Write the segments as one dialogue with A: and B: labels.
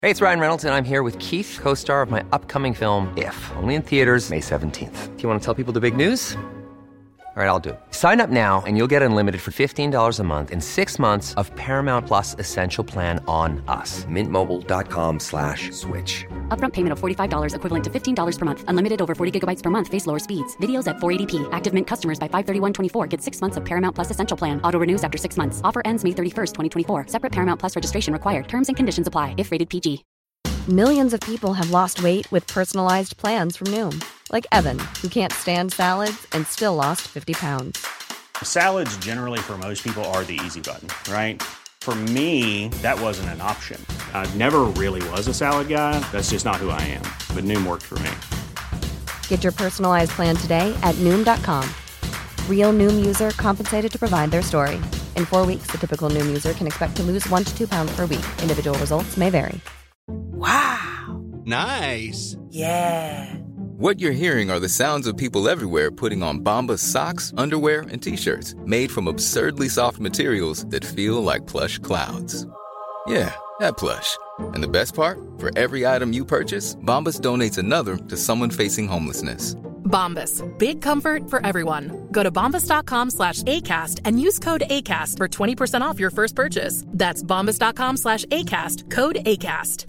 A: Hey, it's Ryan Reynolds, and I'm here with Keith, co-star of my upcoming film, If, only in theaters May 17th. Do you want to tell people the big news? All right, I'll do it. Sign up now and you'll get unlimited for $15 a month and 6 months of Paramount Plus Essential Plan on us. MintMobile.com/switch.
B: Upfront payment of $45 equivalent to $15 per month. Unlimited over 40 gigabytes per month. Face lower speeds. Videos at 480p. Active Mint customers by 531.24 get 6 months of Paramount Plus Essential Plan. Auto renews after 6 months. Offer ends May 31st, 2024. Separate Paramount Plus registration required. Terms and conditions apply if rated PG.
C: Millions of people have lost weight with personalized plans from Noom. Like Evan, who can't stand salads and still lost 50 pounds.
D: Salads generally for most people are the easy button, right? For me, that wasn't an option. I never really was a salad guy. That's just not who I am. But Noom worked for me.
C: Get your personalized plan today at Noom.com. Real Noom user compensated to provide their story. In 4 weeks, the typical Noom user can expect to lose 1 to 2 pounds per week. Individual results may vary.
E: Wow.
F: Nice.
E: Yeah.
F: What you're hearing are the sounds of people everywhere putting on Bombas socks, underwear, and T-shirts made from absurdly soft materials that feel like plush clouds. Yeah, that plush. And the best part? For every item you purchase, Bombas donates another to someone facing homelessness.
G: Bombas. Big comfort for everyone. Go to bombas.com/ACAST and use code ACAST for 20% off your first purchase. That's bombas.com/ACAST. Code ACAST.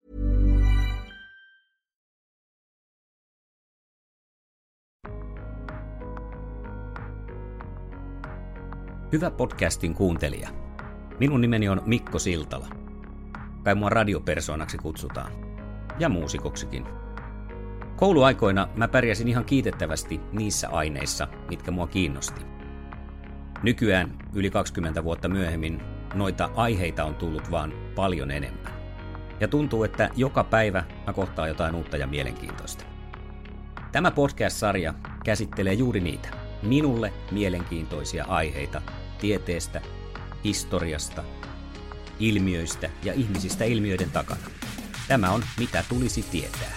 H: Hyvä podcastin kuuntelija. Minun nimeni on Mikko Siltala. Kai mua radiopersoonaksi kutsutaan. Ja muusikoksikin. Kouluaikoina mä pärjäsin ihan kiitettävästi niissä aineissa, mitkä mua kiinnosti. Nykyään, yli 20 vuotta myöhemmin, noita aiheita on tullut vaan paljon enemmän. Ja tuntuu, että joka päivä mä kohtaan jotain uutta ja mielenkiintoista. Tämä podcast-sarja käsittelee juuri niitä, minulle mielenkiintoisia aiheita tieteestä, historiasta, ilmiöistä ja ihmisistä ilmiöiden takana. Tämä on Mitä tulisi tietää.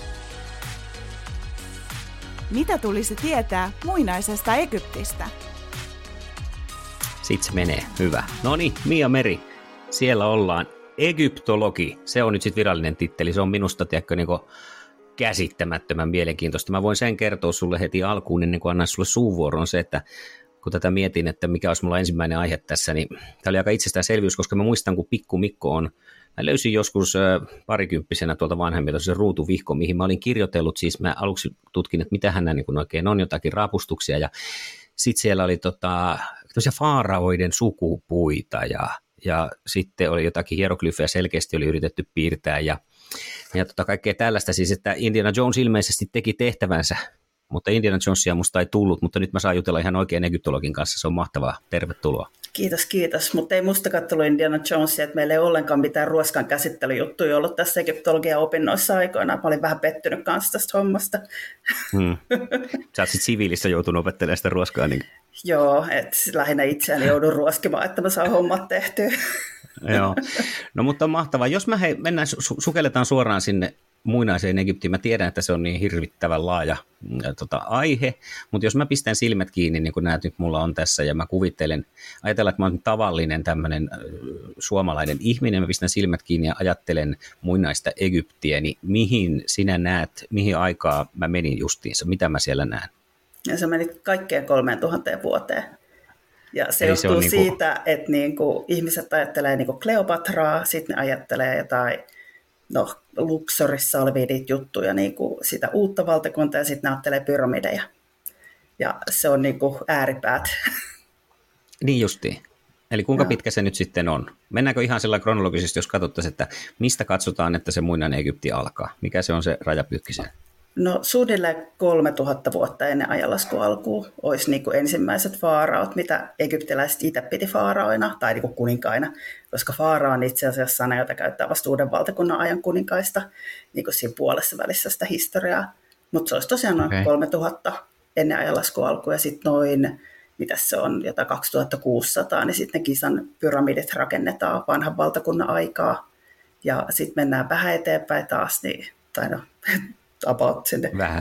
I: Mitä tulisi tietää muinaisesta Egyptistä?
H: Sitten se menee. Hyvä. Noniin, Mia Meri. Siellä ollaan. Egyptologi. Se on nyt sitten virallinen titteli. Se on minusta niinku käsittämättömän mielenkiintoista. Mä voin sen kertoa sulle heti alkuun, ennen kuin annan sulle suuvuoron, se, että kun tätä mietin, että mikä olisi mulla ensimmäinen aihe tässä, niin tämä oli aika itsestäänselvyys, koska mä muistan, kun Pikku Mikko on. Mä löysin joskus parikymppisenä tuolta vanhemmilta se ruutuvihko, mihin mä olin kirjoitellut. Siis mä aluksi tutkin, että mitä hän niin oikein on, jotakin raapustuksia. Ja sitten siellä oli faaraoiden sukupuita ja sitten oli jotakin hieroglyfejä selkeästi oli yritetty piirtää ja kaikkea tällaista. Siis, että Indiana Jones ilmeisesti teki tehtävänsä, mutta Indiana Jonesia musta ei tullut, mutta nyt mä saan jutella ihan oikein egyptologin kanssa. Se on mahtavaa. Tervetuloa.
E: Kiitos. Mutta ei mustakaan tullut Indiana Jonesia, että meillä ei ollenkaan mitään ruoskan käsittelyjuttuja ollut tässä egyptologian opinnoissa aikoinaan. Mä olin vähän pettynyt kanssa tästä hommasta.
H: Sä oot sitten siviilissä joutunut opettelemaan sitä ruoskaa. Niin...
E: Joo, että lähinnä itseäni joudun ruoskimaan, että mä saan hommat tehtyä.
H: Joo, no mutta mahtavaa. Jos mä sukelletaan suoraan sinne muinaiseen Egyptiin, mä tiedän, että se on niin hirvittävän laaja aihe, mutta jos mä pistän silmät kiinni, niin kuin näet nyt mulla on tässä, ja mä ajatellaan, että mä oon tavallinen tämmöinen suomalainen ihminen, mä pistän silmät kiinni ja ajattelen muinaista Egyptiä, niin mihin sinä näet, mihin aikaa mä menin justiinsa, mitä mä siellä näen?
E: Ja sä menit kaikkeen 3000 vuoteen. Ja se johtuu siitä, että ihmiset ajattelee Kleopatraa, sitten ne ajattelee jotain Luxorissa olevia niitä juttuja, sitä uutta valtakuntaa, ja sitten ne ajattelee pyramideja. Ja se on ääripäät.
H: Niin justiin. Eli kuinka pitkä se nyt sitten on? Mennäänkö ihan sillä kronologisesti, jos katsottaisiin, että mistä katsotaan, että se muinainen Egypti alkaa? Mikä se on se rajapyykki siellä?
E: No suunnilleen 3000 vuotta ennen ajanlaskun alkuun olisi ensimmäiset faaraot, mitä egyptiläiset itse piti faaraoina tai kuninkaina, koska faara on itse asiassa sana, jota käyttää vasta uuden valtakunnan ajan kuninkaista, siinä puolessa välissä sitä historiaa. Mutta se olisi tosiaan noin 3000 ennen ajanlaskun alkuun ja sitten noin, mitäs se on, jotain 2600, niin sitten ne Gisan pyramidit rakennetaan vanhan valtakunnan aikaa ja sitten mennään vähän eteenpäin taas, about sinne
H: Vähän.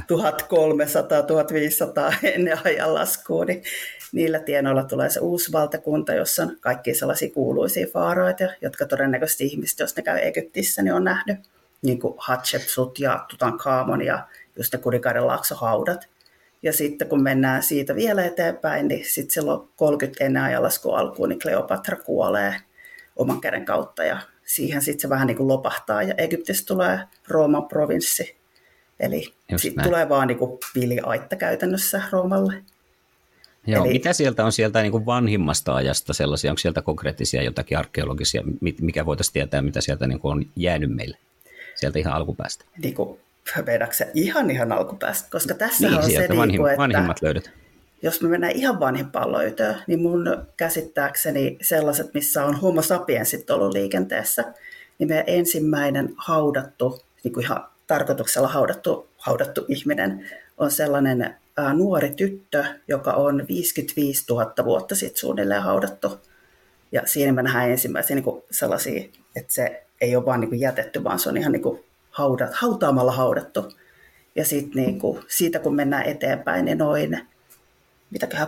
E: 1300-1500 ennen ajanlaskua, niin niillä tienoilla tulee se uusi valtakunta, jossa on kaikki sellaisia kuuluisia faaraoita, jotka todennäköisesti ihmiset, jos ne käy Egyptissä, niin on nähnyt, niin kuin Hatshepsut ja Tutankhamon ja just ne Kuninkaiden laaksohaudat. Ja sitten kun mennään siitä vielä eteenpäin, niin sitten silloin 30 ennen ajanlaskun alkuun, niin Kleopatra kuolee oman käden kautta ja siihen sitten se vähän niin kuin lopahtaa ja Egyptistä tulee Rooman provinssi. Eli sitten tulee vaan niin kuin viliaitta käytännössä Roomalle.
H: Joo, mitä sieltä on sieltä niin kuin vanhimmasta ajasta sellaisia, onko sieltä konkreettisia jotakin arkeologisia, mikä voitaisiin tietää, mitä sieltä niin kuin on jäänyt meille, sieltä ihan alkupäästä?
E: Niin kuin, vedätkö sä ihan alkupäästä, koska tässä on se, että
H: vanhimmat löydöt.
E: Jos me mennään ihan vanhimpaan löytöön, niin mun käsittääkseni sellaiset, missä on homo sapiensit ollut liikenteessä, niin meidän ensimmäinen haudattu, niin kuin ihan tarkoituksella haudattu ihminen on sellainen nuori tyttö, joka on 55 000 vuotta sitten suunnilleen haudattu. Ja siinä me nähdään ensimmäisiä niin kuin sellaisia, että se ei ole vaan niin kuin jätetty, vaan se on ihan niin kuin hautaamalla haudattu. Ja sitten niin kuin, siitä kun mennään eteenpäin, niin noin mitäköhän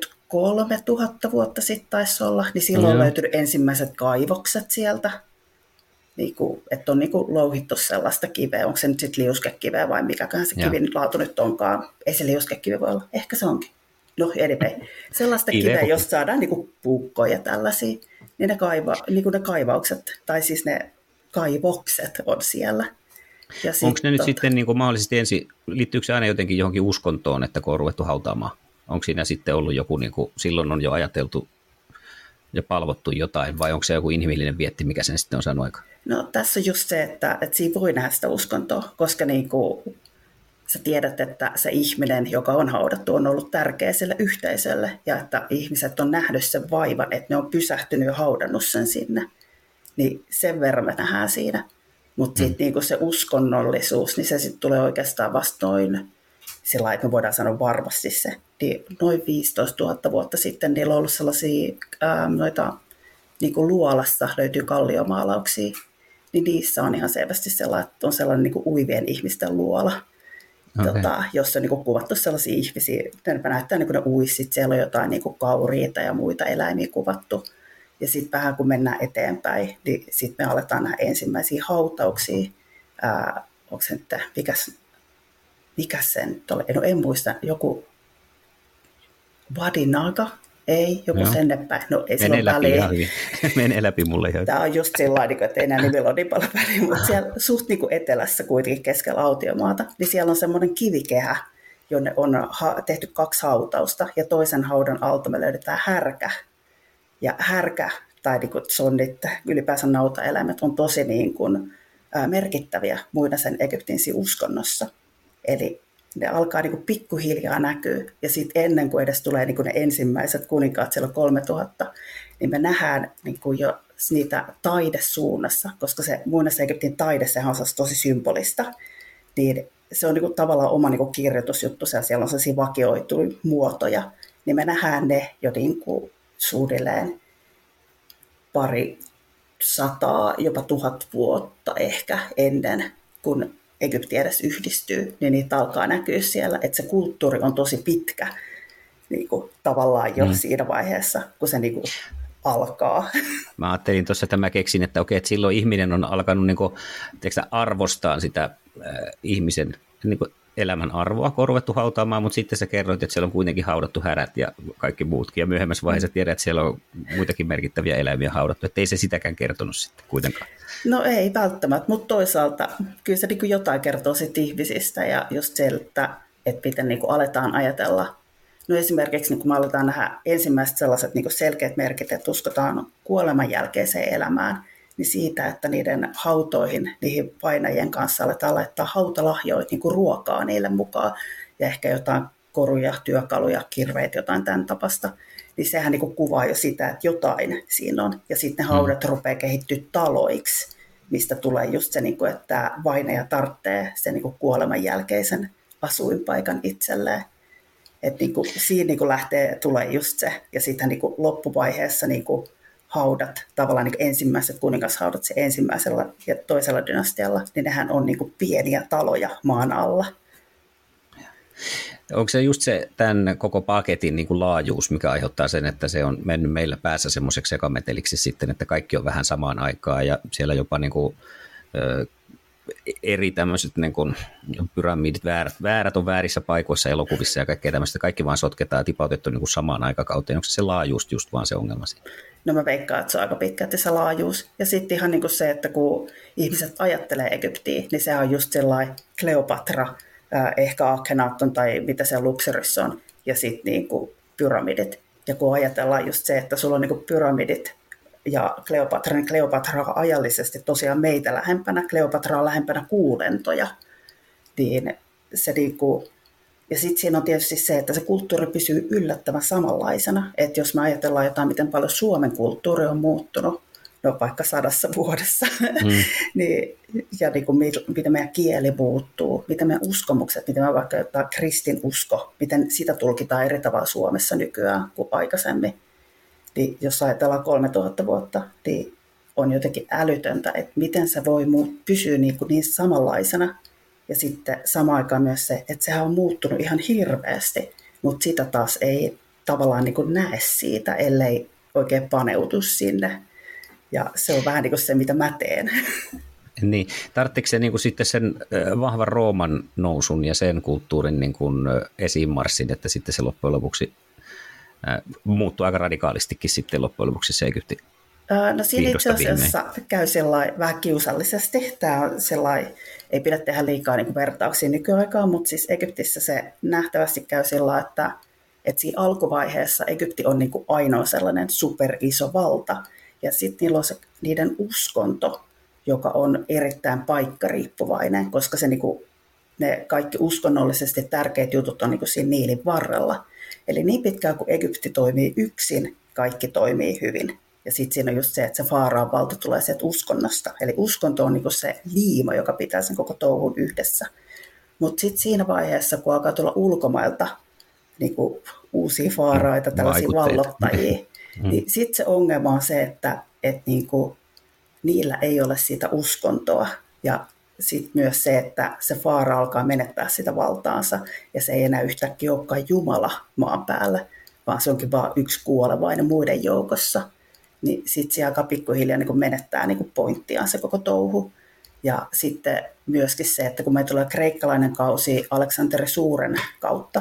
E: 33 000 vuotta sitten taisi olla, niin silloin on löytynyt ensimmäiset kaivokset sieltä. Niin kuin, että on niin kuin louhittu sellaista kiveä, onko se nyt sitten liuskekiveä vai mikäköhän se kivi laatu nyt onkaan. Ei se liuskekivi voi olla, ehkä se onkin. No anyway, sellaista kiveä, jos saadaan niin kuin puukkoja ja tällaisia, niin ne kaivaukset, tai siis ne kaivokset on siellä.
H: Onko ne nyt sitten niin kuin mahdollisesti liittyykö se aina jotenkin johonkin uskontoon, että kun on ruvettu hautaamaan? Onko siinä sitten ollut joku, niin kuin, silloin on jo ajateltu ja palvottu jotain, vai onko se joku inhimillinen vietti, mikä sen sitten on saanut aikaan?
E: No tässä on just se, että siinä voi nähdä sitä uskontoa, koska niin kuin sä tiedät, että se ihminen, joka on haudattu, on ollut tärkeä sille yhteisölle, ja että ihmiset on nähnyt sen vaivan, että ne on pysähtynyt ja haudannut sen sinne. Niin sen verran me nähdään siinä. Mutta sitten niinku se uskonnollisuus, niin se sitten tulee oikeastaan vasta noin, sillä että me voidaan sanoa varmasti se, niin noin 15 000 vuotta sitten niillä on ollut sellaisia noita, niinku luolassa löytyy kalliomaalauksia, niin niissä on ihan selvästi sellainen, että on sellainen niinku uivien ihmisten luola, jossa on niinku kuvattu sellaisia ihmisiä, ne näyttää niin kuin ne uissit, siellä on jotain niinku kauriita ja muita eläimiä kuvattu. Ja sitten vähän kun mennään eteenpäin, niin sitten me aletaan nähdä ensimmäisiä hautauksia. Onko se nyt, mikä se nyt oli? No en muista, joku Vadinaga? Ei, joku sen päin. No ei sillä ole väliä.
H: Mene läpi mulle ihan.
E: Tämä on just sellainen, että ei enää nimellä ole niin paljon väliä, mutta siellä suht niin kuin etelässä kuitenkin keskellä autiomaata, niin siellä on semmoinen kivikehä, jonne on tehty 2 hautausta, ja toisen haudan alta me löydetään härkä. Ja härkä tai niin kuin sonnit, ylipäänsä nautaeläimet on tosi niin kuin, merkittäviä muinaisen Egyptin uskonnossa. Eli ne alkaa niin kuin pikkuhiljaa näkyä. Ja sitten ennen kuin edes tulee niin kuin ne ensimmäiset kuninkaat siellä 3000, niin me nähdään niin kuin jo niitä taidesuunnassa, koska se muinaisen Egyptin taide, sehän on tosi symbolista. Niin se on niin kuin tavallaan oma niin kuin kirjoitusjuttu, siellä on sellaisia vakioituja muotoja. Niin me nähdään ne jo niin kuin suunnilleen 200, jopa 1000 vuotta ehkä ennen, kun Egypti edes yhdistyy, niin niitä alkaa näkyä siellä, että se kulttuuri on tosi pitkä niin kuin tavallaan jo siinä vaiheessa, kun se niin kuin alkaa.
H: Mä ajattelin tuossa, että mä keksin, että okei, että silloin ihminen on alkanut niin kuin, arvostaa sitä ihmisen niin kuin elämän arvoa, kun on ruvettu hautaamaan, mutta sitten sä kerroit, että siellä on kuitenkin haudattu härät ja kaikki muutkin, ja myöhemmässä vaiheessa tiedät, että siellä on muitakin merkittäviä eläimiä haudattu, että ei se sitäkään kertonut sitten kuitenkaan.
E: No ei välttämättä, mutta toisaalta kyllä se niin kuin jotain kertoo sitten ihmisistä, ja just se, että miten niin kuin aletaan ajatella. No esimerkiksi niin kun me aletaan nähdä ensimmäiset sellaiset niin kuin selkeät merkit, että uskotaan kuoleman jälkeiseen elämään, niin siitä, että niiden hautoihin, niihin vainajien kanssa aletaan laittaa hautalahjoja, niin kuin ruokaa niille mukaan, ja ehkä jotain koruja, työkaluja, kirveitä, jotain tämän tapasta, niin sehän niin kuin kuvaa jo sitä, että jotain siinä on. Ja sitten ne haudat rupeaa kehittyä taloiksi, mistä tulee just se, niin kuin, että vainaja tarvitsee sen niin kuin kuoleman jälkeisen asuinpaikan itselleen. Että niin kuin, siinä niin kuin tulee just se, ja sitten niin kuin loppuvaiheessa niin kuin haudat, tavallaan niin ensimmäiset kuningashaudat se ensimmäisellä ja toisella dynastialla, niin nehän on niin pieniä taloja maan alla.
H: Onko se just se tämän koko paketin niin kuin laajuus, mikä aiheuttaa sen, että se on mennyt meillä päässä semmoiseksi sekameteliksi sitten, että kaikki on vähän samaan aikaan ja siellä jopa niin kuin, eri tämmöiset niin kuin pyramidit, väärät on väärissä paikoissa elokuvissa ja kaikkea tämmöistä, kaikki vaan sotketaan ja tipautettu niin kuin samaan aikakauteen. Onko se laajuus just vaan se ongelma siinä?
E: No mä veikkaan, että se on aika pitkälti se laajuus. Ja sitten ihan niin kuin se, että kun ihmiset ajattelee Egyptiä, niin se on just sellainen Kleopatra, ehkä Akhenaton tai mitä se Luxorissa on, ja sitten niin kuin pyramidit. Ja kun ajatellaan just se, että sulla on niin kuin pyramidit ja Kleopatra, niin Kleopatra on ajallisesti tosiaan meitä lähempänä. Kleopatra on lähempänä kuulentoja. Niin se niin kuin, ja sitten siinä on tietysti se, että se kulttuuri pysyy yllättävän samanlaisena. Että jos me ajatellaan jotain, miten paljon Suomen kulttuuri on muuttunut, no vaikka 100 vuodessa, niin, ja niin kuin miten meidän kieli muuttuu, miten meidän uskomukset, miten me vaikka jotain kristinusko, miten sitä tulkitaan eri tavalla Suomessa nykyään kuin aikaisemmin. Niin jos ajatellaan 3000 vuotta, niin on jotenkin älytöntä, että miten se voi pysyä niin samanlaisena. Ja sitten samaan aikaan myös se, että sehän on muuttunut ihan hirveästi, mutta sitä taas ei tavallaan niin kuin näe siitä, ellei oikein paneutu sinne. Ja se on vähän niin kuin se, mitä mä teen.
H: Niin, tarvitseeko se niin kuin sitten sen vahvan Rooman nousun ja sen kulttuurin niin kuin esiinmarssin, että sitten se loppujen lopuksi muuttuu aika radikaalistikin sitten loppujen lopuksi se Egypti?
E: No siinä itse asiassa käy sellainen vähän kiusallisesti. Tämä on sellainen, ei pidä tehdä liikaa niin kuin vertauksia nykyaikaan, mutta siis Egyptissä se nähtävästi käy sillä, että siinä alkuvaiheessa Egypti on niin kuin ainoa sellainen superiso valta. Ja sitten niillä on se, niiden uskonto, joka on erittäin paikkariippuvainen, koska se, niin kuin, ne kaikki uskonnollisesti tärkeät jutut on niin kuin siinä Niilin varrella. Eli niin pitkään kuin Egypti toimii yksin, kaikki toimii hyvin. Ja sitten siinä on just se, että se faaraan valta tulee sieltä uskonnosta. Eli uskonto on niin kuin se liima, joka pitää sen koko touhun yhdessä. Mutta sitten siinä vaiheessa, kun alkaa tulla ulkomailta niin kuin uusia faaraita, tällaisia vallottajia, niin sitten se ongelma on se, että niin kuin, niillä ei ole sitä uskontoa. Ja sitten myös se, että se faara alkaa menettää sitä valtaansa, ja se ei enää yhtäkkiä olekaan Jumala maan päällä, vaan se onkin vaan yksi kuolevainen muiden joukossa. Niin sitten se alkaa pikkuhiljaa niin kuin menettää niin kuin pointtiaan se koko touhu. Ja sitten myöskin se, että kun meillä tulee kreikkalainen kausi Aleksanteri Suuren kautta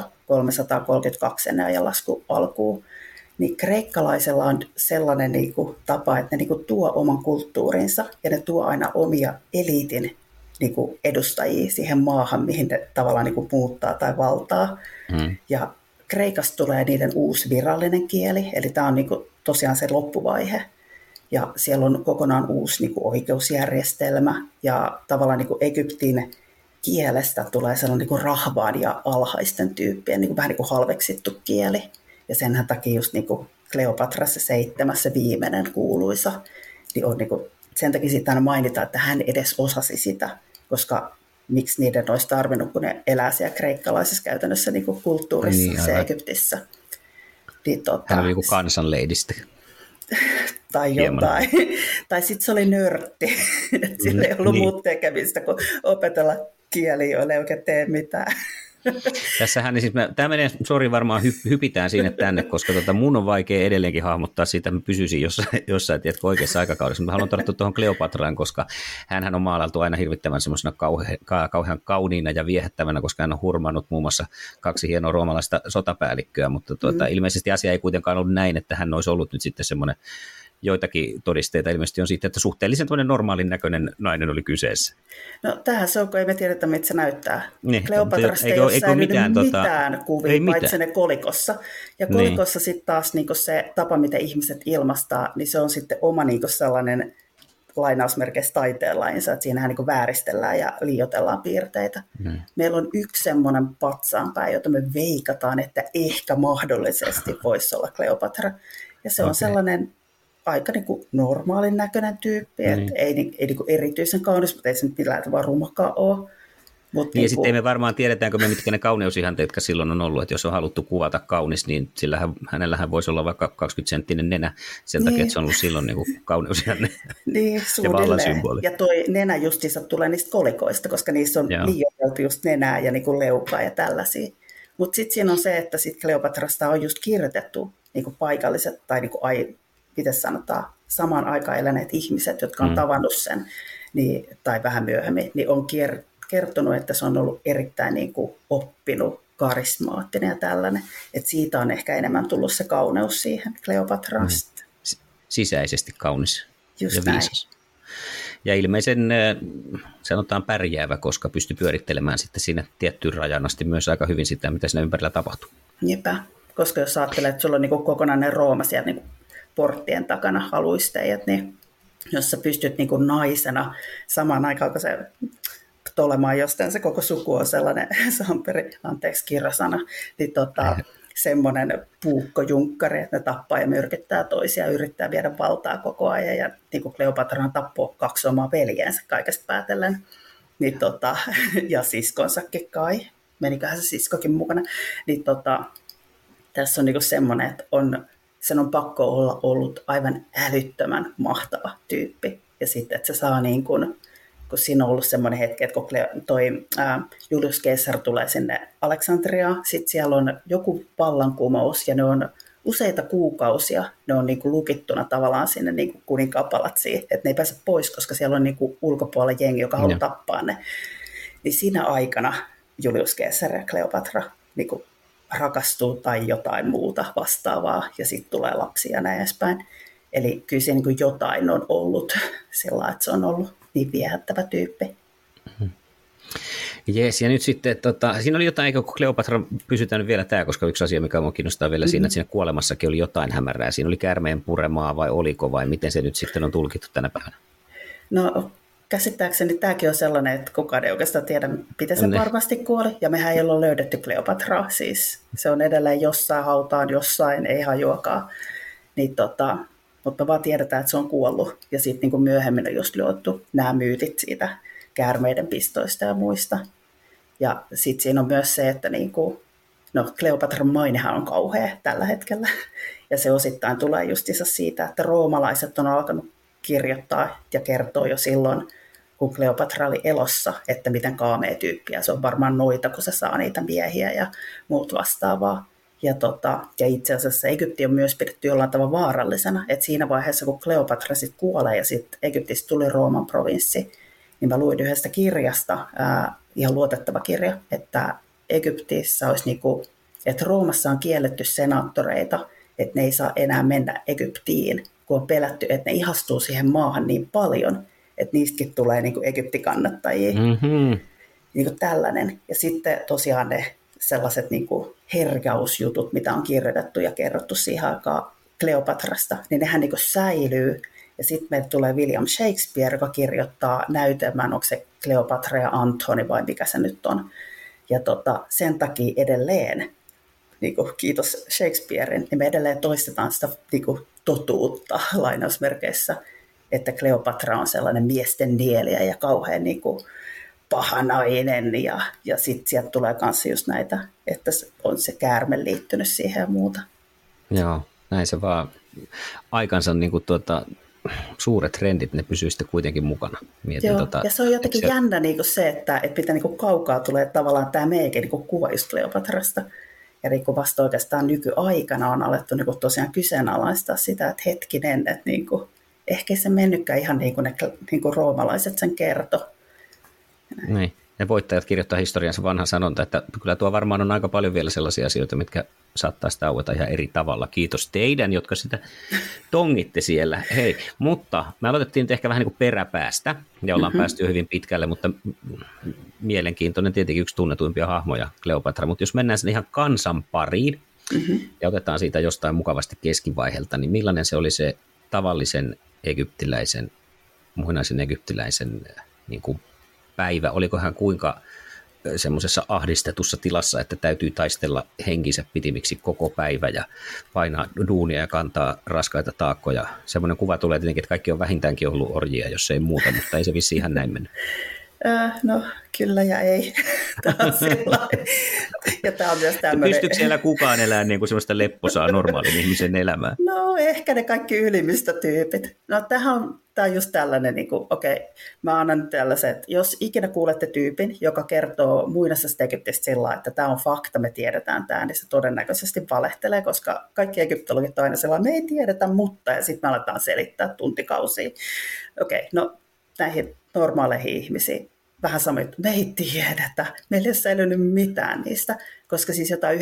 E: 332 ennen ajanlaskun alkuun, niin kreikkalaisella on sellainen niin kuin tapa, että ne niin kuin tuo oman kulttuurinsa ja ne tuo aina omia eliitin niin kuin edustajia siihen maahan, mihin ne tavallaan niin kuin muuttaa tai valtaa. Ja Kreikasta tulee niiden uusi virallinen kieli, eli tämä on niin kuin tosiaan se loppuvaihe. Ja siellä on kokonaan uusi niin kuin oikeusjärjestelmä ja tavallaan niin kuin Egyptin kielestä tulee sellainen niin kuin rahvaan ja alhaisten tyyppien niin kuin vähän niin kuin halveksittu kieli. Ja senhän takia just niin kuin Kleopatra se 7, se viimeinen kuuluisa, niin on niin kuin, sen takia siitä aina mainitaan, että hän edes osasi sitä, koska miksi niiden olisi tarvinnut, kun ne elää siellä kreikkalaisessa käytännössä niin kuin kulttuurissa, niin, se Egyptissä. Niin,
H: hän oli joku kansanleidistä.
E: Tai jotain. Tai sitten se oli nörtti. Sillä ei ollut muut tekemistä kuin opetella kieliä, joille ei oikein tee mitään.
H: Tässähän niin siis tämä menee, varmaan hypitään sinne tänne, koska mun on vaikea edelleenkin hahmottaa siitä, että mä pysyisin jossain tiedätkö, oikeassa aikakaudessa. Mä haluan tarttua tuohon Kleopatraan, koska hänhän on maalailtu aina hirvittävän semmoisena kauhean kauniina ja viehättävänä, koska hän on hurmannut muun muassa 2 hienoa roomalaista sotapäällikköä, mutta ilmeisesti asia ei kuitenkaan ollut näin, että hän olisi ollut nyt sitten semmoinen, joitakin todisteita ilmeisesti on siitä, että suhteellisen normaalin näköinen nainen oli kyseessä.
E: No tähän se on, kun ei me tiedetä, mitä se näyttää.
H: Niin,
E: Kleopatrasta ei ole säilynyt mitään kuvia, paitsi ne kolikossa. Ja kolikossa sitten taas niinku se tapa, miten ihmiset ilmastaa, niin se on sitten oma niinku sellainen lainausmerkeissä taiteenlainsa, että siinähän niinku vääristellään ja liioitellaan piirteitä. Meillä on yksi semmoinen patsaanpää, jota me veikataan, että ehkä mahdollisesti voisi olla Kleopatra. Ja se on sellainen aika niin kuin normaalin näköinen tyyppi, että ei niin kuin erityisen kaunis, mutta ei se millään tavalla rumakaan ole.
H: Niin ja sitten ei me varmaan tiedetäänkö me, mitkä ne kauneusihanteet, jotka silloin on ollut, että jos on haluttu kuvata kaunis, niin hänellähän voisi olla vaikka 20-senttinen nenä sen takia, että se on ollut silloin niin kuin kauneusihanne
E: niin,
H: ja vallan symboli.
E: Ja toi nenä justiinsa tulee niistä kolikoista, koska niissä on liioiteltu just nenää ja niin kuin leukaa ja tällaisia. Mutta sitten siinä on se, että sit Kleopatrasta on just kirjoitettu niin kuin paikalliset tai niin kuin, miten sanotaan, samaan aikaan eläneet ihmiset, jotka on tavannut sen, niin, tai vähän myöhemmin, niin on kertonut, että se on ollut erittäin niin kuin oppinut, karismaattinen ja tällainen. Että siitä on ehkä enemmän tullut se kauneus siihen Kleopatrasta.
H: Sisäisesti kaunis
E: just
H: ja viisas. Ja ilmeisen, sanotaan pärjäävä, koska pystyy pyörittelemään sitten siinä tiettyyn rajan asti myös aika hyvin sitä, mitä siinä ympärillä tapahtuu.
E: Jepä, koska jos ajattelee, että sulla on niin kuin kokonainen Rooma siellä niin kuin porttien takana haluisteijat, niin jos sä pystyt niin kuin naisena samaan aikaan, kun se Ptolemaan jostain se koko suku on sellainen, Samperi, anteeksi kirjasana, niin semmoinen puukkojunkkari, että ne tappaa ja myrkyttää toisia, yrittää viedä valtaa koko ajan, ja niin kuin Kleopatrahan tappoi 2 omaa veljeensä kaikesta päätellen, niin ja siskonsakin kai, meniköhän se siskokin mukana, niin tässä on niin kuin semmoinen, että sen on pakko olla ollut aivan älyttömän mahtava tyyppi, ja sitten, että se saa niin kuin, kun siinä on ollut semmoinen hetki, että kun Julius Caesar tulee sinne Aleksandriaan, sitten siellä on joku vallankumous, ja ne on useita kuukausia, ne on niin kuin lukittuna tavallaan sinne niin kuin kuninkaan palatsiin, että ne ei pääse pois, koska siellä on niin kuin ulkopuolella jengi, joka haluaa tappaa ne. Niin siinä aikana Julius Caesar ja Kleopatra niin kuin rakastuu tai jotain muuta vastaavaa, ja sitten tulee lapsia ja näin edespäin. Eli kyllä se niin kuin jotain on ollut sillä, että se on ollut niin viehättävä tyyppi.
H: Jees, ja nyt sitten, siinä oli jotain, eikö Kleopatra, pysytään nyt vielä tämä, koska yksi asia, mikä minua kiinnostaa vielä siinä, että siinä kuolemassakin oli jotain hämärää. Siinä oli käärmeen puremaa vai oliko, vai miten se nyt sitten on tulkittu tänä päivänä?
E: No käsittääkseni tämäkin on sellainen, että kukaan ei oikeastaan tiedä, miten se varmasti kuoli, ja mehän ei ole löydetty Kleopatraa, siis se on edelleen jossain hautaan, jossain, ei hajuakaan, niin mutta vaan tiedetään, että se on kuollut, ja sitten niin myöhemmin on just luotu nämä myytit siitä käärmeiden pistoista ja muista. Ja sitten siinä on myös se, että Kleopatran mainehan on kauhea tällä hetkellä, ja se osittain tulee justiinsa siitä, että roomalaiset on alkanut kirjoittaa ja kertoo jo silloin, kun Kleopatra oli elossa, että miten kaamea tyyppiä. Se on varmaan noita, kun se saa niitä miehiä ja muut vastaavaa. Ja itse asiassa Egypti on myös pidetty jollain tavalla vaarallisena, että siinä vaiheessa, kun Kleopatra sitten kuolee ja sitten Egyptistä tuli Rooman provinssi, niin mä luin yhdestä kirjasta, ihan luotettava kirja, että Egyptissä olisi että Roomassa on kielletty senaattoreita, että ne ei saa enää mennä Egyptiin, kun on pelätty, että ne ihastuu siihen maahan niin paljon, että niistäkin tulee Egyptikannattajia. Mm-hmm. Tällainen. Ja sitten tosiaan ne sellaiset herkäysjutut, mitä on kirjoitettu ja kerrottu siihen aikaan Kleopatrasta, niin nehän säilyy. Ja sitten meille tulee William Shakespeare, joka kirjoittaa näytelmän, onko se Kleopatra ja Antony vai mikä se nyt on. Ja sen takia edelleen, kiitos Shakespearen, niin me edelleen toistetaan sitä totuutta lainausmerkeissä, että Kleopatra on sellainen miesten nieliä ja kauhean pahanainen, ja sitten sieltä tulee myös just näitä, että on se käärme liittynyt siihen ja muuta.
H: Joo, näin se vaan aikansa suuret trendit, ne pysyy sitten kuitenkin mukana. Mietin,
E: joo, ja se on jotenkin jännä se, että mitä kaukaa tulee tavallaan tämä meidänkin kuva just Kleopatrasta. Ja vasta oikeastaan nykyaikana on alettu tosiaan kyseenalaistaa sitä, että hetkinen, että ehkä se mennytkään ihan niin kuin ne roomalaiset sen kertoi.
H: Niin. Ne voittajat kirjoittaa historiansa vanha sanonta, että kyllä tuo varmaan on aika paljon vielä sellaisia asioita, mitkä saattaisi tauota ihan eri tavalla. Kiitos teidän, jotka sitä tongitte siellä. Hei, mutta me aloitettiin nyt ehkä vähän niin kuin peräpäästä ja ollaan päästy jo hyvin pitkälle, mutta mielenkiintoinen tietenkin yksi tunnetuimpia hahmoja Kleopatra. Mutta jos mennään sen ihan kansan pariin ja otetaan siitä jostain mukavasti keskivaiheelta, niin millainen se oli se tavallisen egyptiläisen, muinaisen egyptiläisen niin kuin päivä? Oliko hän kuinka semmoisessa ahdistetussa tilassa, että täytyy taistella henkensä pitimiksi koko päivä ja painaa duunia ja kantaa raskaita taakkoja? Semmoinen kuva tulee tietenkin, että kaikki on vähintäänkin ollut orjia, jos ei muuta, mutta ei se vissiin ihan näin mennyt.
E: No, kyllä ja ei. Tämä on sellainen. Ja tämä on myös tämmöinen...
H: Pystyykö siellä kukaan elämään niin kuin semmoista lepposaa normaalin ihmisen elämää?
E: No, ehkä ne kaikki ylimystötyypit. No, tämä on just tällainen, niin kuin, okei, mä annan nyt tällaisen, että jos ikinä kuulette tyypin, joka kertoo muinaisesta Egyptistä sillä, että tämä on fakta, me tiedetään tämä, niin se todennäköisesti valehtelee, koska kaikki egyptologit on aina sellainen, me ei tiedetä, mutta, ja sitten me aletaan selittää tuntikausia. Okei, no näihin normaaleihin ihmisiin. Vähän sama, että me ei tiedetä, meillä ei ole säilynyt mitään niistä, koska siis jotain 95%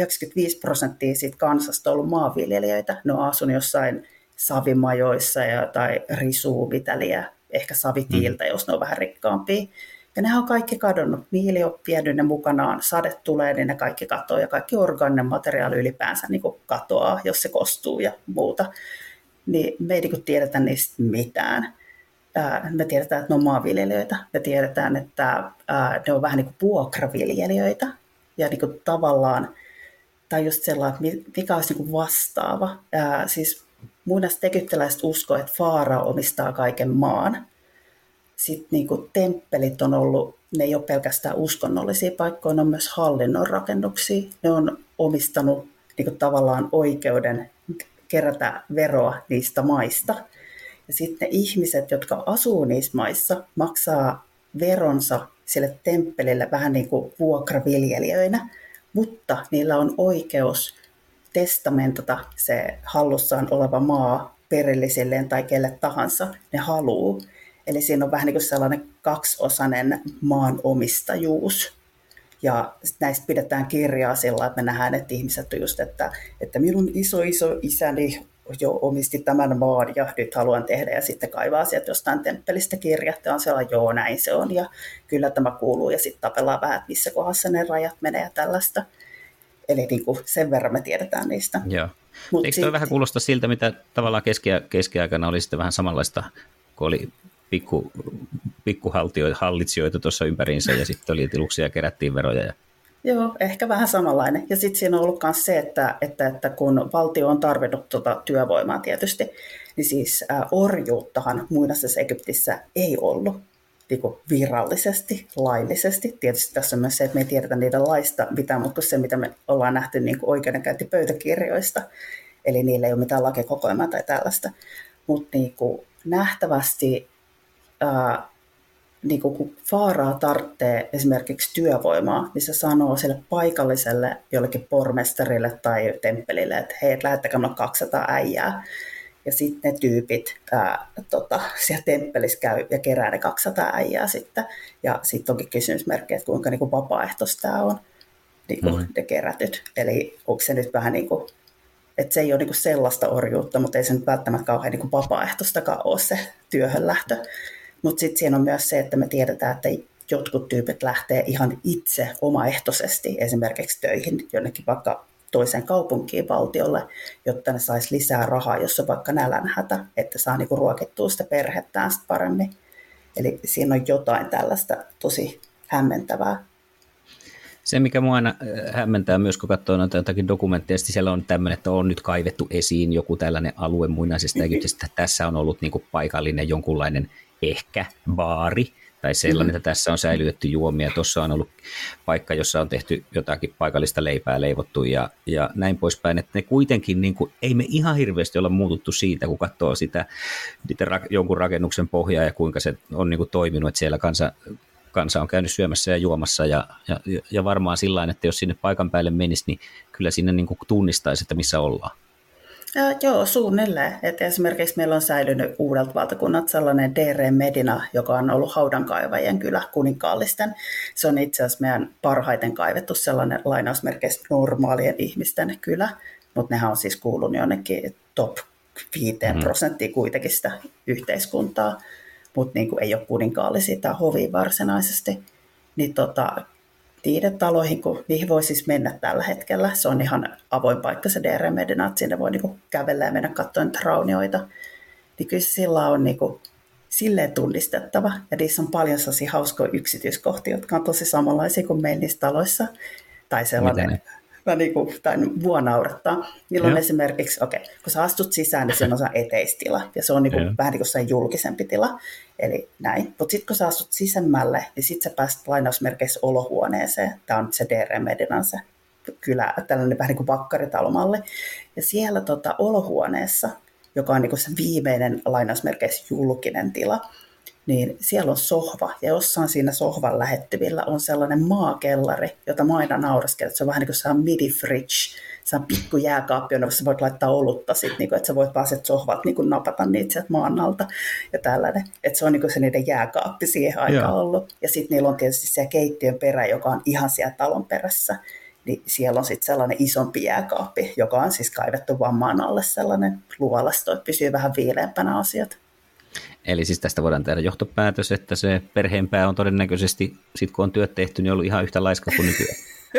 E: siitä kansasta on ollut maanviljelijöitä. Ne on asunut jossain savimajoissa ja jotain risuuvitäliä, ehkä savitiiltä, jos ne on vähän rikkaampia. Ja ne on kaikki kadonnut. Miili on vienyt ne mukanaan, sade tulee, niin ne kaikki katoaa ja kaikki orgaaninen materiaali ylipäänsä niin kuin katoaa, jos se kostuu ja muuta. Niin me ei niin kuin tiedetä niistä mitään. Me tiedetään, että ne on maanviljelijöitä. Me tiedetään, että ne on vähän niin kuin vuokraviljelijöitä. Ja niin kuin tavallaan, tai just sellainen, mikä olisi niin kuin vastaava. Siis muinaiset egyptiläiset uskoo, että Faarao omistaa kaiken maan. Sitten niin kuin temppelit on ollut, ne ei ole pelkästään uskonnollisia paikkoja, ne on myös hallinnon rakennuksia. Ne on omistanut niin kuin tavallaan oikeuden kerätä veroa niistä maista. Ja sitten ne ihmiset, jotka asuu niissä maissa, maksaa veronsa sille temppelille vähän niin kuin vuokraviljelijöinä, mutta niillä on oikeus testamentata se hallussaan oleva maa perillisilleen tai kelle tahansa ne haluaa. Eli siinä on vähän niin kuin sellainen kaksiosainen maanomistajuus. Ja näistä pidetään kirjaa sillä, että me nähdään, että ihmiset on just, että minun iso isäni jo omisti tämän maan ja nyt haluan tehdä ja sitten kaivaa sieltä jostain temppelistä kirjat ja on sellainen, joo näin se on ja kyllä tämä kuuluu ja sitten tapellaan vähän, että missä kohdassa ne rajat menee ja tällaista. Eli niin kuin sen verran me tiedetään niistä.
H: Joo. Eikö toi vähän kuulosta siltä, mitä tavallaan keskiaikana oli sitten vähän samanlaista, kun oli pikkuhallitsijoita tuossa ympäriinsä ja sitten oli tiluksia ja kerättiin veroja.
E: Joo, ehkä vähän samanlainen. Ja sitten siinä on ollut myös se, että kun valtio on tarvinnut työvoimaa tietysti, niin siis orjuuttahan muinaisessa Egyptissä ei ollut niin kuin virallisesti, laillisesti. Tietysti tässä on myös se, että me ei tiedetä niiden laista mitään, mutta se, mitä me ollaan nähty niin kuin oikeudenkäyntipöytäkirjoista, eli niillä ei ole mitään lakikokoelmaa tai tällaista. Mutta niin kuin nähtävästi niin kun Faaraa tarvitsee esimerkiksi työvoimaa, niin se sanoo sille paikalliselle jollekin pormestarille tai temppelille, että hei, lähettäkää minulle 200 äijää. Ja sitten ne tyypit siellä temppelissä käy ja kerää ne 200 äijää sitten. Ja sitten onkin kysymysmerkki, että kuinka niin kuin vapaaehtoista tämä on, niin kuin ne kerätyt. Eli onko se nyt vähän niin kuin, että se ei ole niin kuin sellaista orjuutta, mutta ei se nyt välttämättä kauhean niin kuin vapaaehtoistakaan ole se työhönlähtö. Mutta sitten siinä on myös se, että me tiedetään, että jotkut tyypit lähtee ihan itse omaehtoisesti esimerkiksi töihin jonnekin vaikka toiseen kaupunkiin valtiolle, jotta ne saisi lisää rahaa, jos on vaikka nälänhätä, että saa niinku ruokittua sitä perhettään sit paremmin. Eli siinä on jotain tällaista tosi hämmentävää.
H: Se, mikä mua aina hämmentää myös, kun katsoo noita jotakin dokumentteja, siellä on tämmöinen, että on nyt kaivettu esiin joku tällainen alue muinaisesta Egyptistä, että tässä on ollut niinku paikallinen jonkunlainen ehkä baari, tai sellainen, että tässä on säilytetty juomia, tuossa on ollut paikka, jossa on tehty jotakin paikallista leipää leivottu ja näin poispäin, että ne kuitenkin, niin kuin, ei me ihan hirveästi olla muututtu siitä, kun katsoo sitä jonkun rakennuksen pohjaa ja kuinka se on niin kuin toiminut, että siellä kansa on käynyt syömässä ja juomassa ja varmaan sillain, että jos sinne paikan päälle menisi, niin kyllä sinne niin kuin tunnistaisi, että missä ollaan.
E: Joo, suunnilleen. Et esimerkiksi meillä on säilynyt Uudelta valtakunnalta sellainen Deir Medina, joka on ollut haudankaivajien kylä kuninkaallisten. Se on itse asiassa meidän parhaiten kaivettu sellainen lainausmerkeistä normaalien ihmisten kylä, mutta nehän on siis kuulunut jonnekin top 5% kuitenkin sitä yhteiskuntaa, mutta niin ei ole kuninkaallisia tai hovia varsinaisesti. Niin niiden taloihin, kun niihin voi siis mennä tällä hetkellä. Se on ihan avoin paikka se Deir Medina, että sinne voi niinku kävellä ja mennä katsomaan niitä raunioita. Niin kyllä sillä on niinku silleen tunnistettava. Ja niissä on paljon sellaisia hauskoja yksityiskohtia, jotka on tosi samanlaisia kuin meillä niissä taloissa. Tai sellainen, tai mua naurattaa. Niillä on esimerkiksi, kun sä astut sisään, niin siinä on eteistila, ja se on vähän niin kuin se julkisempi tila, eli näin. Mutta sitten kun sä astut sisemmälle, niin sitten sä pääset lainausmerkeissä olohuoneeseen. Tämä on nyt se DR Medinan se kylä, tällainen vähän niin kuin bakkaritalomalle. Ja siellä olohuoneessa, joka on niin kuin se viimeinen lainausmerkeissä julkinen tila, niin siellä on sohva, ja jossain siinä sohvan lähettyvillä on sellainen maakellari, jota mä aina nauraskelen, että se on vähän niin kuin se on midi-fridge, se on pikku jääkaappi, jonne sä voit laittaa olutta, niin kuin, että sä voit vaan sieltä sohvalta niin napata niitä sieltä maan alta, ja tällainen, että se on niin kuin se niiden jääkaappi siihen aikaan ollut, ja sitten niillä on tietysti se keittiön perä, joka on ihan siellä talon perässä, niin siellä on sitten sellainen isompi jääkaappi, joka on siis kaivettu vaan maan alle sellainen luolasto, että pysyy vähän viileämpänä asiat.
H: Eli siis tästä voidaan tehdä johtopäätös, että se perheenpää on todennäköisesti, sit kun on työt tehty, niin ollut ihan yhtä laiska kuin nykyään.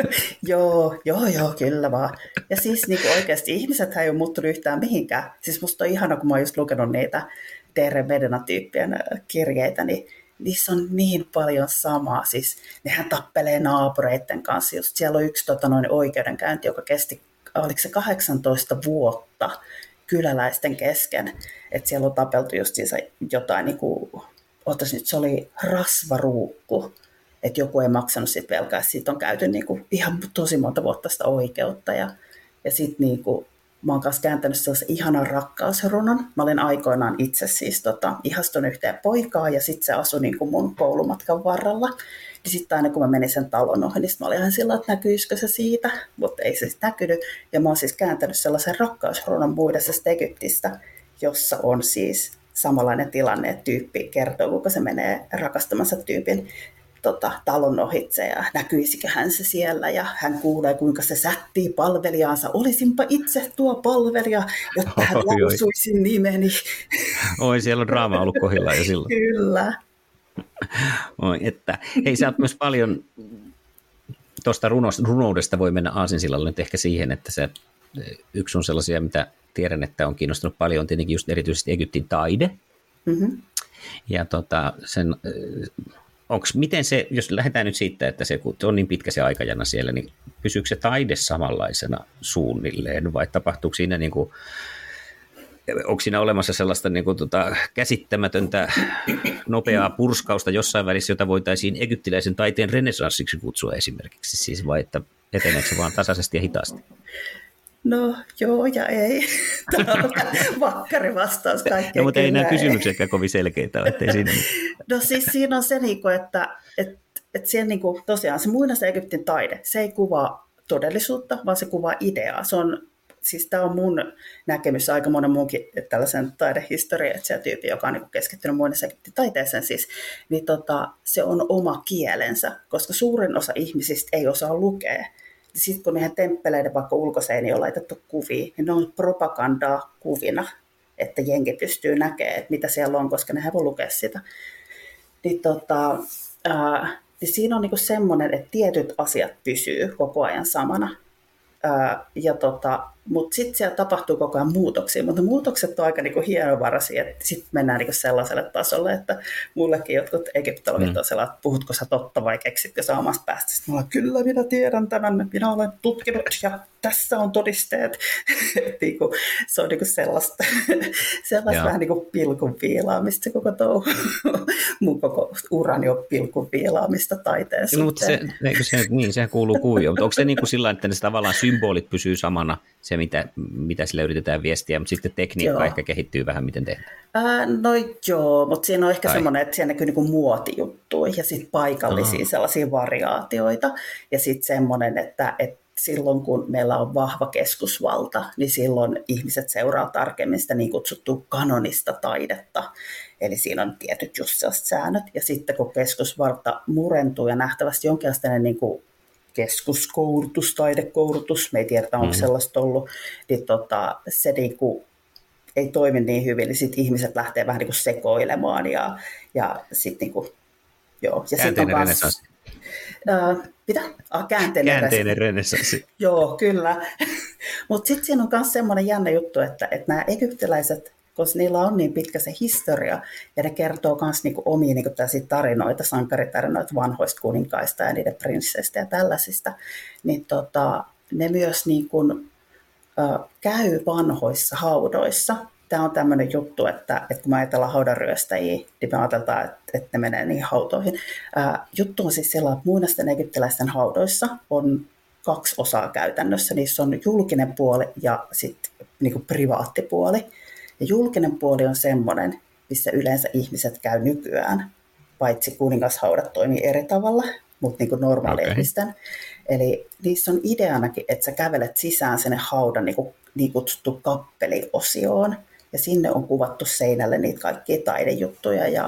E: Joo, kyllä vaan. Ja siis niin oikeasti ihmisethän ei ole muuttunut yhtään mihinkään. Siis musta on ihana, kun mä oon just lukenut niitä DR Medina-tyyppien kirjeitä, niin niissä on niin paljon samaa. Siis nehän tappelee naapureiden kanssa. Just siellä on yksi oikeudenkäynti, joka kesti, oliko se 18 vuotta, kyläläisten kesken, että siellä on tapeltu just jotain, niin kuin, nyt se oli rasvaruukku, että joku ei maksanut siitä velkaa, siitä on käyty niin kuin, ihan tosi monta vuotta sitä oikeutta, ja sitten niin kuin, mä oon kanssa kääntänyt sellaisen ihanan rakkausrunon. Mä olin aikoinaan itse siis ihastunut yhteen poikaa, ja sitten se asui niin kuin mun koulumatkan varrella. Ja sitten aina kun mä menin sen talon ohi, niin mä olin ihan sillä, että näkyisikö se siitä, mutta ei se sitten näkynyt. Ja mä oon siis kääntänyt sellaisen rakkausrunon Buidasesta Egyptistä, jossa on siis samanlainen tilanne, että tyyppi kertoo, kuinka se menee rakastamansa tyypin talon ohitse ja näkyisikö hän se siellä, ja hän kuulee, kuinka se sättii palvelijaansa. Olisinpa itse tuo palvelija, jotta hän lausuisin nimeni.
H: Oi, siellä on draama ollut kohdillaan jo silloin.
E: Kyllä.
H: Oi, että. Hei, sä oot myös paljon, tuosta runoudesta voi mennä aasinsillalle nyt ehkä siihen, että se yksi on sellaisia, mitä tiedän, että on kiinnostunut paljon, on tietenkin just erityisesti Egyptin taide. Mm-hmm. Ja sen... miten se, jos lähdetään nyt siitä, että se on niin pitkä se aikajana siellä, niin pysyykö se taide samanlaisena suunnilleen, vai tapahtuuko siinä, niin kuin, onko siinä olemassa sellaista niin kuin, käsittämätöntä nopeaa purskausta jossain välissä, jota voitaisiin egyptiläisen taiteen renessanssiksi kutsua esimerkiksi, siis vai että eteneekö se vaan tasaisesti ja hitaasti?
E: No joo ja ei. Tämä on vakkari vastaus kaikkeen.
H: No, mutta ei nämä kysymyksetkään kovin selkeitä. Ettei siinä...
E: No siis siinä on se, että siellä tosiaan se muinaisen Egyptin taide, se ei kuvaa todellisuutta, vaan se kuvaa ideaa. Siis tämä on mun näkemys, aika monen muunkin tällaisen taidehistorian tyyppi, joka on keskittynyt muinaisen Egyptin taiteeseen siis, niin se on oma kielensä, koska suurin osa ihmisistä ei osaa lukea. Sitten kun niihin temppeleiden vaikka ulkoseiniin on laitettu kuvia, niin ne on propagandaa kuvina, että jengi pystyy näkemään, että mitä siellä on, koska ne ei voi lukea sitä. Niin, niin siinä on niinku semmoinen, että tietyt asiat pysyy koko ajan samana. Mutta sitten siellä tapahtuu koko ajan muutoksia, mutta muutokset on aika hienovaraisia, että sitten mennään sellaiselle tasolle, että mullekin jotkut egyptologit on sellainen, että puhutko sä totta vai keksitkö sä omasta päästä. Sitten mä olen, kyllä minä tiedän tämän, minä olen tutkinut ja tässä on todisteet. Se on sellaista vähän pilkun viilaamista se koko touhu. Mun koko urani on pilkun viilaamista taiteen suhteen.
H: Mutta sehän kuuluu kuvioon, mutta onko se sillä että ne tavallaan symbolit pysyy samana, se mitä sillä yritetään viestiä, mutta sitten tekniikka ehkä kehittyy vähän, miten tehdään?
E: No joo, mutta siinä on ehkä semmoinen, että siellä näkyy muotijuttuja ja sitten paikallisia sellaisia variaatioita ja sitten semmoinen, että silloin kun meillä on vahva keskusvalta, niin silloin ihmiset seuraa tarkemmin sitä niin kutsuttua kanonista taidetta. Eli siinä on tietyt just sellaiset säännöt. Ja sitten kun keskusvalta murentuu ja nähtävästi jonkinlainen niin kuin keskuskoulutus, taidekoulutus, me ei tiedetä, onko sellaista ollut, niin se niin kuin ei toimi niin hyvin, niin sitten ihmiset lähtee vähän niin kuin sekoilemaan ja sitten niin kuin, joo. Ja
H: käänteinen renessanssi.
E: Mitä?
H: Käänteinen renessanssi.
E: Joo, kyllä. Mutta sitten siinä on myös semmoinen jännä juttu, että nämä egyptiläiset, koska niillä on niin pitkä se historia, ja ne kertoo myös niinku omia niinku tarinoita, sankaritarinoita vanhoista kuninkaista ja niiden prinsseistä ja tällaisista, niin ne myös niin kuin, käy vanhoissa haudoissa. Tämä on tämmöinen juttu, että kun me ajatellaan haudanryöstäjiä, niin me ajatellaan, että ne menee niihin hautoihin. Juttu on siis sellainen, että muinaisten egyptiläisten haudoissa on 2 osaa käytännössä. Niissä on julkinen puoli ja sitten niin privaattipuoli. Ja julkinen puoli on semmoinen, missä yleensä ihmiset käy nykyään, paitsi kuningashaudat toimii eri tavalla, mutta niin kuin normaali ihmisten. Eli niissä on ideanakin, että sä kävelet sisään sinne haudan niin kutsuttu kappeliosioon, ja sinne on kuvattu seinälle niitä kaikkia taidejuttuja ja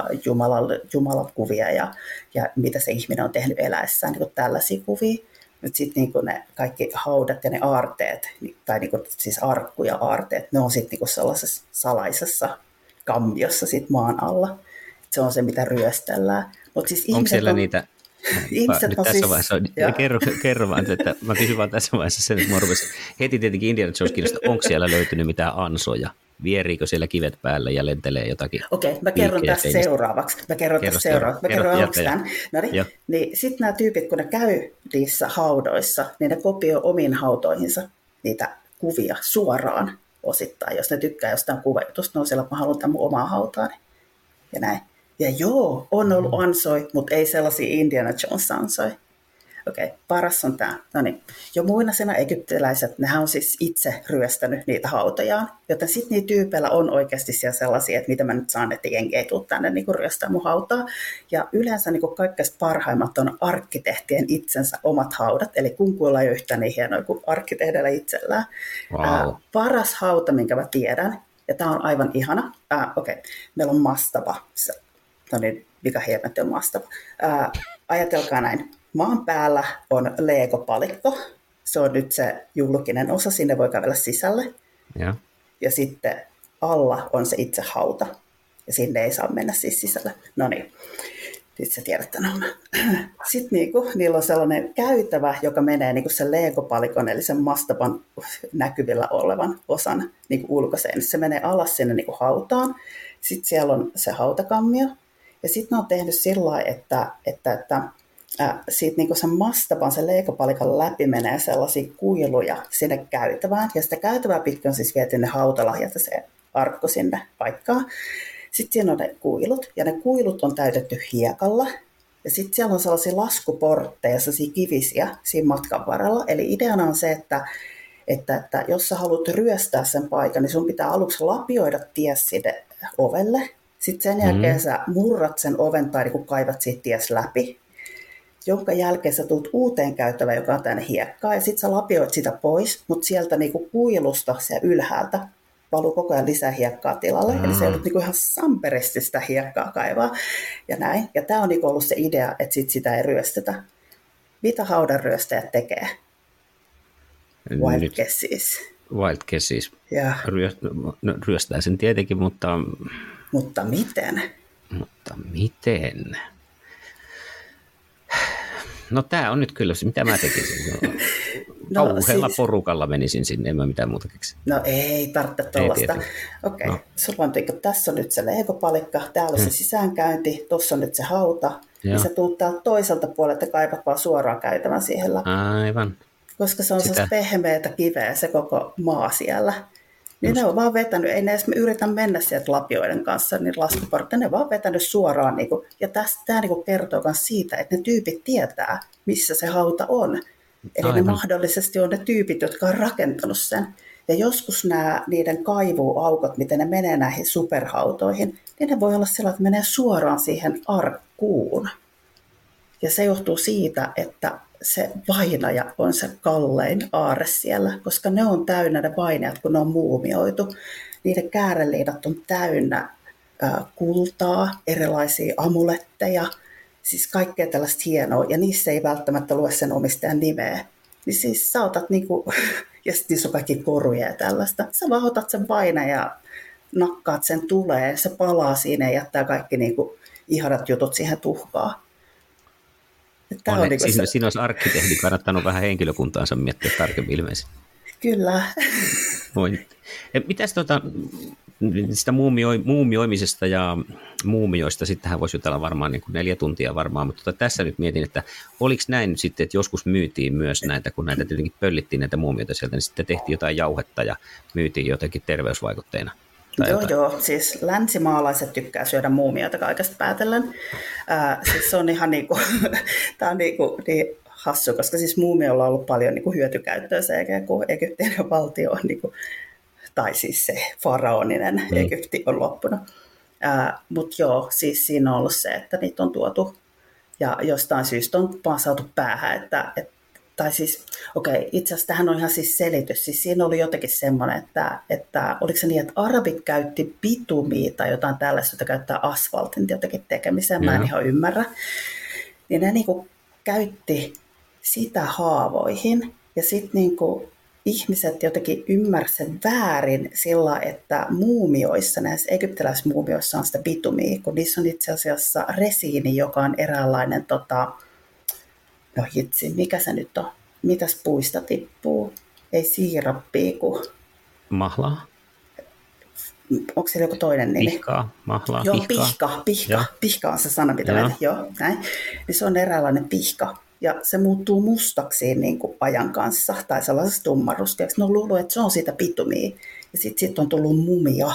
E: jumalakuvia ja mitä se ihminen on tehnyt eläessään, niin kuin tällaisia kuvia. Nyt sitten niin ne kaikki haudat ja ne aarteet, tai niin siis arkku ja aarteet, ne on sitten niin sellaisessa salaisessa kammiossa sit maan alla. Se on se, mitä ryöstellään. Mut siis
H: onko siellä niitä?
E: Ihmiset
H: nyt
E: on
H: tässä
E: siis,
H: vaiheessa, kerro vaan, että mä kysyn vaan tässä vaiheessa sen, että mä rupesin heti tietenkin Indiana Jones-kirjasta, onko siellä löytynyt mitään ansoja? Vieriikö siellä kivet päälle ja lentelee jotakin?
E: Okei, mä kerron tässä seuraavaksi. Mä kerron aluksi tämän. Niin sitten nämä tyypit, kun ne käy niissä haudoissa, niin ne kopioi omiin hautoihinsa niitä kuvia suoraan osittain. Jos ne tykkää jostain kuvajutusta, ne on siellä, että mä haluan tämän mun omaa hautaani. Ja näin. Ja joo, on ollut ansoi, mutta ei sellaisia Indiana Jones-ansoi. Okei, paras on tämä. No niin, jo muinaisena egyptiläiset, nehän on siis itse ryöstänyt niitä hautojaan, joten sitten niitä tyypeillä on oikeasti siellä sellaisia, että mitä mä nyt saan, että jengi ei tule tänne niin ryöstää mun hautaa. Ja yleensä niin kaikkein parhaimmat on arkkitehtien itsensä omat haudat, eli kunkuilla ei ole yhtään niin hienoa kuin arkkitehdellä itsellään.
H: Wow.
E: Paras hauta, minkä mä tiedän, ja tämä on aivan ihana. Meillä on mastaba. No niin, mikä helmetti on mastaba. Ajatelkaa näin. Maan päällä on Lego-palikko. Se on nyt se julkinen osa, sinne voi kävellä sisälle. Ja sitten alla on se itse hauta. Ja sinne ei saa mennä siis sisälle. No niin, sitten sä tiedät tämän. Sitten niillä on sellainen käytävä, joka menee sen Lego-palikon, eli sen mastaban näkyvillä olevan osan ulkoseen. Se menee alas sinne hautaan. Sitten siellä on se hautakammio. Ja sitten ne on tehnyt sillä lailla, että siitä sen mastaban, sen leikopalikan läpi menee sellaisia kuiluja sinne käytävään. Ja sitä käytävää pitkin on siis viety ne hautalahjat ja se arkku sinne paikkaan. Sitten siinä on ne kuilut, ja ne kuilut on täytetty hiekalla. Ja sitten siellä on sellaisia laskuportteja, sellaisia kivisiä siinä matkan varrella. Eli ideana on se, että jos sä haluat ryöstää sen paikan, niin sun pitää aluksi lapioida ties sinne ovelle. Sitten sen jälkeen sä murrat sen oven tai kun kaivat siitä ties läpi, jonka jälkeen sä tulet uuteen käytävään, joka on tänne hiekkaa, ja sitten sä lapioit sitä pois, mutta sieltä kuilusta siellä ylhäältä valuu koko ajan lisää hiekkaa tilalle, eli se joudut ihan samperisti sitä hiekkaa kaivaa, ja näin. Ja tämä on ollut se idea, että sitä ei ryöstetä. Mitä haudanryöstäjät tekee? Wild guesses.
H: Wild guesses. Ryöstää sen tietenkin, mutta...
E: Mutta miten?
H: No tämä on nyt kyllä se, mitä mä tekisin. Kauhealla porukalla menisin sinne, en mä mitään muuta keksi.
E: No ei tarvitse tuollaista. Okei, sulla on, tässä on nyt se leikopalikka, täällä on se sisäänkäynti, tuossa on nyt se hauta. Ja sä tuut täältä toiselta puolelta ja kaivat vaan suoraan käytävän siihen läpi.
H: Aivan.
E: Koska se on se pehmeätä kiveä, se koko maa siellä. Niin ne on vaan vetänyt, ei ne edes yritä mennä sieltä lapioiden kanssa, niin laskuportteja, ne on vaan vetänyt suoraan. Ja tämä kertoo myös siitä, että ne tyypit tietää, missä se hauta on. Eli ne mahdollisesti on ne tyypit, jotka on rakentanut sen. Ja joskus niiden kaivuaukot, miten ne menee näihin superhautoihin, niin ne voi olla sellainen, että menee suoraan siihen arkkuun. Ja se johtuu siitä, että se vainaja on se kallein aarre siellä, koska ne on täynnä ne vainajat, kun ne on muumioitu. Niiden kääreliidat on täynnä kultaa, erilaisia amuletteja, siis kaikkea tällaista hienoa, ja niissä ei välttämättä lue sen omistajan nimeä. Niin siis sä otat ja sitten niissä on kaikki koruja ja tällaista. Sä vaan otat sen vainajan ja nakkaat sen tuleen, se palaa siinä ja jättää kaikki ihanat jutut siihen tuhkaan.
H: Siinä olisi arkkitehdin kannattanut vähän henkilökuntaansa miettiä tarkemmin ilmeisesti.
E: Kyllä.
H: Mitäs sitä muumioimisesta ja muumioista, sittenhän voisi jutella varmaan niin kuin 4 tuntia varmaan, mutta tässä nyt mietin, että oliko näin nyt sitten, että joskus myytiin myös näitä, kun näitä tietenkin pöllittiin näitä muumioita sieltä, niin sitten tehtiin jotain jauhetta ja myytiin jotenkin terveysvaikutteina.
E: Joo, siis länsimaalaiset tykkää syödä muumioita kaikesta päätellen. Siis se on ihan tämä on niin hassu, koska siis muumiolla on ollut paljon hyötykäyttöä sen jälkeen, kun Egyptin valtio on, tai siis se faraoninen Egypti on loppunut. Mutta joo, siis siinä on ollut se, että niitä on tuotu ja jostain syystä on vaan saatu päähän, tai siis, itse asiassa tähän on ihan siis selitys. Siis siinä oli jotenkin semmoinen, että oliko se niin, että arabit käytti bitumia tai jotain tällaista, jota käyttää asfaltin jotenkin tekemiseen, mä en ihan ymmärrä. Niin ne käytti sitä haavoihin ja sitten ihmiset jotenkin ymmärsivät sen väärin sillä, että muumioissa, näissä egyptiläismuumioissa on sitä bitumia, kun niissä on itse asiassa resiini, joka on eräänlainen, no hitsi, mikä se nyt on? Mitäs puista tippuu? Ei siirappia, kun...
H: Mahlaa?
E: Onko siellä joku toinen nimi?
H: Pihkaa, mahlaa,
E: joo, pihka on se sana, mitä mä joo, näin. Niin se on eräänlainen pihka. Ja se muuttuu mustaksi ajan kanssa, tai sellaisessa tummaruskeaksi. Ne on luullut, että se on siitä bitumia. Ja sitten on tullut mumia.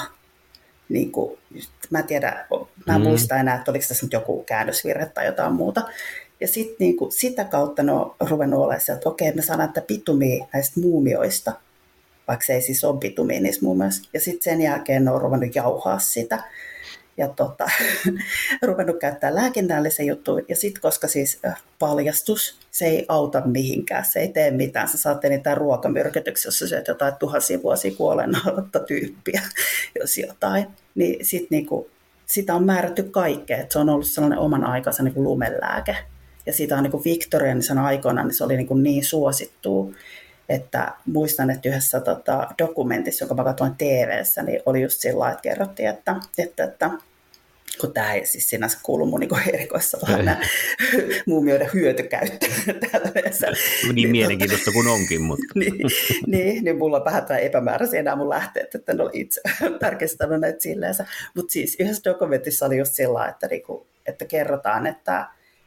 E: Mä en tiedä, mä en muista enää, että oliko tässä nyt joku käännösvirhe tai jotain muuta. Ja sitten sitä kautta ne on ruvennut olemaan se, että okei, me saadaan tätä bitumia näistä muumioista, vaikka se ei siis ole bitumia niissä muumioissa. Ja sitten sen jälkeen ne on ruvennut jauhaa sitä. Ja ruvennut käyttää lääkinnällisen juttuun. Ja sitten, koska siis paljastus, se ei auta mihinkään, se ei tee mitään. Sä saatte niitä ruokamyrkytyksiä, jos sä syöt jotain tuhansia vuosia kuolleena tyyppiä, jos jotain. Niin sitten sitä on määrätty kaikkea, että se on ollut sellainen oman aikansa lumelääke. Ja siitä on viktoriaanisen aikoina, niin se oli niin suosittua, että muistan, että yhdessä dokumentissa, jonka mä katsoin TV:ssä, niin oli just sillä lailla, että kerrottiin, että kun tämä ei siis sinänsä kuulu mun erikoissalaan muumioiden hyötykäyttöön. Niin
H: mielenkiintoista kuin onkin, mutta...
E: niin mulla on vähän epämääräisiä nämä mun lähteet, että en ole itse tarkistanut näitä silleensä. Mutta siis yhdessä dokumentissa oli just sillä lailla, että kerrotaan, että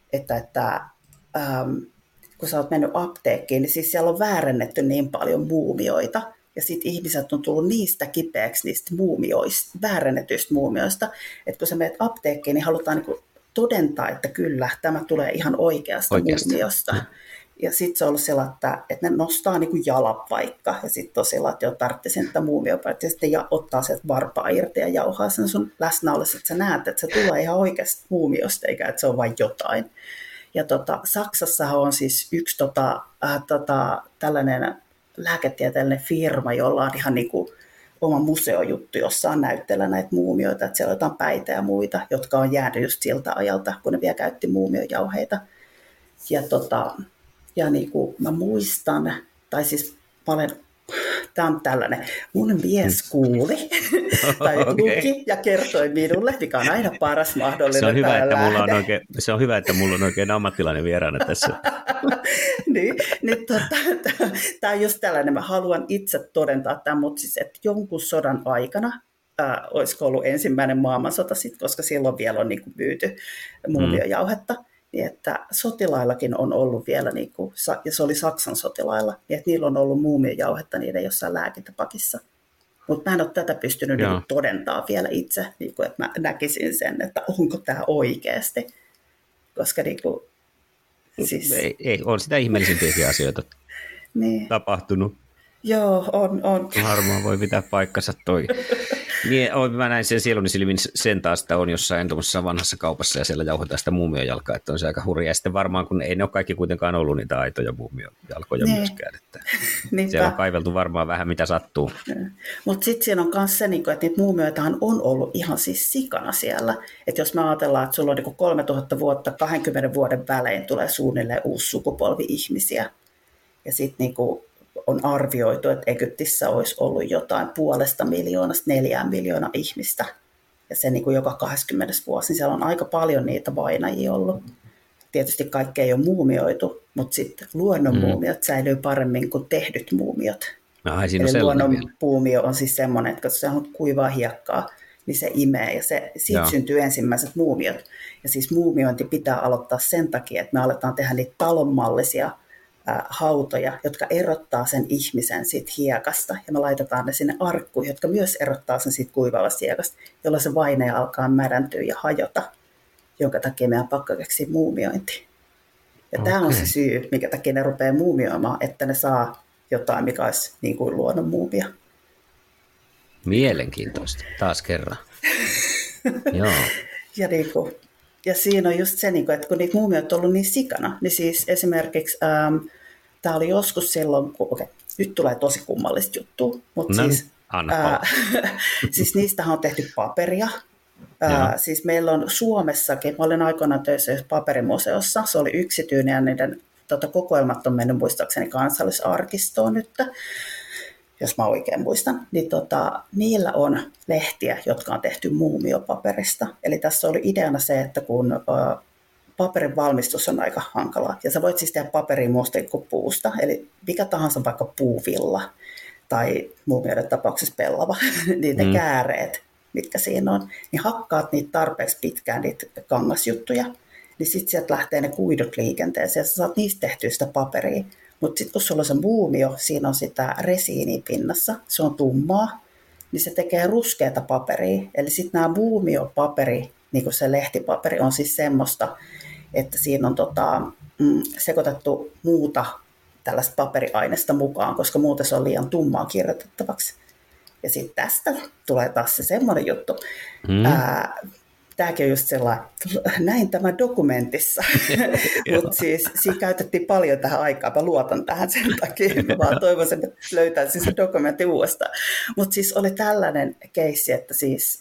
E: kun sä oot mennyt apteekkiin, niin siis siellä on väärennetty niin paljon muumioita, ja sitten ihmiset on tullut niistä kipeäksi, niistä muumioista, väärennetyistä muumioista, että kun sä menet apteekkiin, niin halutaan todentaa, että kyllä, tämä tulee ihan oikeasta muumiosta. Ja sitten se on ollut sellainen, että ne nostaa jalat vaikka, ja sitten on sellainen, että jo tarvitsen tätä muumiopaita, ja sitten ottaa sieltä varpaa irti ja jauhaa sen sun läsnä ollessa, että sä näet, että se tulee ihan oikeasta muumiosta, eikä että se on vain jotain. Ja Saksassahan on siis yksi tällainen lääketieteellinen firma, jolla on ihan oma museojuttu, jossa on näytteellä näitä muumioita, että siellä on jotain päitä ja muita, jotka on jäänyt just siltä ajalta, kun ne vielä käytti muumiojauheita. Ja mä muistan, tai siis tämä on tällainen, mun mies kuuli tai luki ja kertoi minulle, mikä on aina paras mahdollinen.
H: Se on hyvä, että mulla on oikein ammattilainen vieraana tässä.
E: Tämä on just tällainen, mä haluan itse todentaa tämän, mutta siis, että jonkun sodan aikana, olisiko ollut ensimmäinen maailmansota, koska silloin vielä on myyty muumiojauhetta, niin että sotilaillakin on ollut vielä, ja se oli Saksan sotilailla, niin että niillä on ollut muumiojauhetta niiden jossain lääkintäpakissa. Mutta mä en ole tätä pystynyt todentaa vielä itse, että mä näkisin sen, että onko tämä oikeasti. Koska siis...
H: ei, on sitä ihmeellisimpiäkin asioita tapahtunut.
E: Joo, on.
H: Varmaan voi pitää paikkansa toi. Niin, mä näin sen sieluni silmin sen taas, että on jossain tuollaisessa vanhassa kaupassa ja siellä jauhotaan sitä muumiojalkaa, että on se aika hurjaa. Ja sitten varmaan, kun ei ne ole kaikki kuitenkaan ollut niitä aitoja muumiojalkoja myöskään. Että siellä on kaiveltu varmaan vähän mitä sattuu.
E: Mutta sitten siinä on myös se, että niitä muumioitahan on ollut ihan siis sikana siellä. Että jos me ajatellaan, että sulla on 3000 vuotta, 20 vuoden välein tulee suunnilleen uusi sukupolvi ihmisiä. Ja sitten on arvioitu, että Egyptissä olisi ollut jotain 500 miljoonasta 4 miljoonaa ihmistä. Ja se joka 20 vuosi, niin siellä on aika paljon niitä vainajia ollut. Tietysti kaikki ei ole muumioitu, mutta sitten luonnon muumiot säilyy paremmin kuin tehdyt muumiot. Eli luonnon puumio on siis semmoinen, että kun se on kuivaa hiekkaa, niin se imee ja siitä syntyy ensimmäiset muumiot. Ja siis muumiointi pitää aloittaa sen takia, että me aletaan tehdä niitä talonmallisia hautoja, jotka erottaa sen ihmisen siitä hiekasta. Ja me laitetaan ne sinne arkkuihin, jotka myös erottaa sen siitä kuivavasta hiekasta, jolloin se vaine alkaa mädäntyä ja hajota, jonka takia meidän pakko keksiä muumiointi. Ja tämä on se syy, minkä takia ne rupeaa muumioimaan, että ne saa jotain, mikä olisi niin kuin luonnon muumia.
H: Mielenkiintoista, taas kerran. Joo.
E: Ja siinä on just se, että kun niitä muumioita on ollut niin sikana, niin siis esimerkiksi tämä oli joskus silloin, kun nyt tulee tosi kummallista juttua, mutta siis niistähän on tehty paperia. Siis meillä on Suomessakin, mä olin aikoinaan töissä paperimuseossa, se oli yksityinen ja niiden kokoelmat on mennyt muistaakseni Kansallisarkistoon nyt, jos mä oikein muistan, niin niillä on lehtiä, jotka on tehty muumiopaperista. Eli tässä oli ideana se, että kun paperin valmistus on aika hankalaa, ja sä voit siis tehdä paperia muustakin kuin puusta, eli mikä tahansa vaikka puuvilla, tai muumioiden tapauksessa pellava, niin ne kääreet, mitkä siinä on, niin hakkaat niitä tarpeeksi pitkään, niitä kangasjuttuja, niin sitten sieltä lähtee ne kuidut liikenteeseen, ja sä saat niistä tehtyä sitä paperia. Mutta sitten kun sulla on se muumio, siinä on sitä resiiniä pinnassa, se on tummaa, niin se tekee ruskeata paperia. Eli sitten nämä muumiopaperi, niin kuin se lehtipaperi, on siis semmoista, että siinä on sekoitettu muuta tällaista paperiaineesta mukaan, koska muuten se on liian tummaa kirjoitettavaksi. Ja sitten tästä tulee taas se semmoinen juttu. Tämäkin on just sellainen, näin tämä dokumentissa, mutta siis siinä käytettiin paljon tähän aikaa, mä luotan tähän sen takia, mä vaan toivoisin, että löytäisin se dokumentti uudestaan. Mutta siis oli tällainen keissi, että siis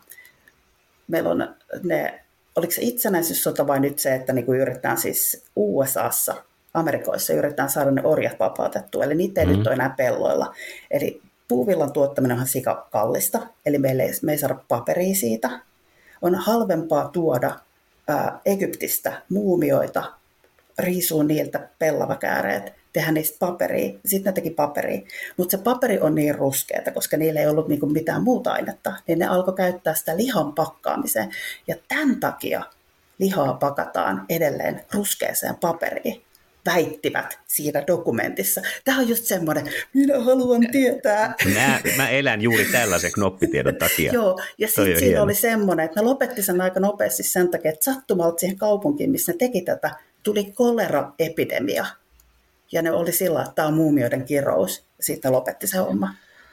E: meillä on oliko se itsenäisyyssota vai nyt se, että niinku yritetään siis USAssa, Amerikoissa yritetään saada ne orjat vapautettua, eli niitä ei nyt ole enää pelloilla. Eli puuvillan tuottaminen on ihan sika kallista, eli me ei saada paperia siitä. On halvempaa tuoda Egyptistä muumioita, riisua niiltä pellavakääreet, tehdä niistä paperia, sitten ne teki paperia. Mutta se paperi on niin ruskeata, koska niillä ei ollut niinku mitään muuta ainetta, niin ne alkoi käyttää sitä lihan pakkaamiseen. Ja tämän takia lihaa pakataan edelleen ruskeaseen paperiin, väittivät siinä dokumentissa. Tämä on just semmoinen, minä haluan tietää.
H: Mä elän juuri tällaisen knoppitiedon takia.
E: Joo, ja sitten siinä oli semmoinen, että ne lopetti sen aika nopeasti sen takia, että sattumalta siihen kaupunkiin, missä ne teki tätä, tuli koleraepidemia. Ja ne oli sillä, että tämä on muumioiden kirous. Sitten ne lopetti se homma.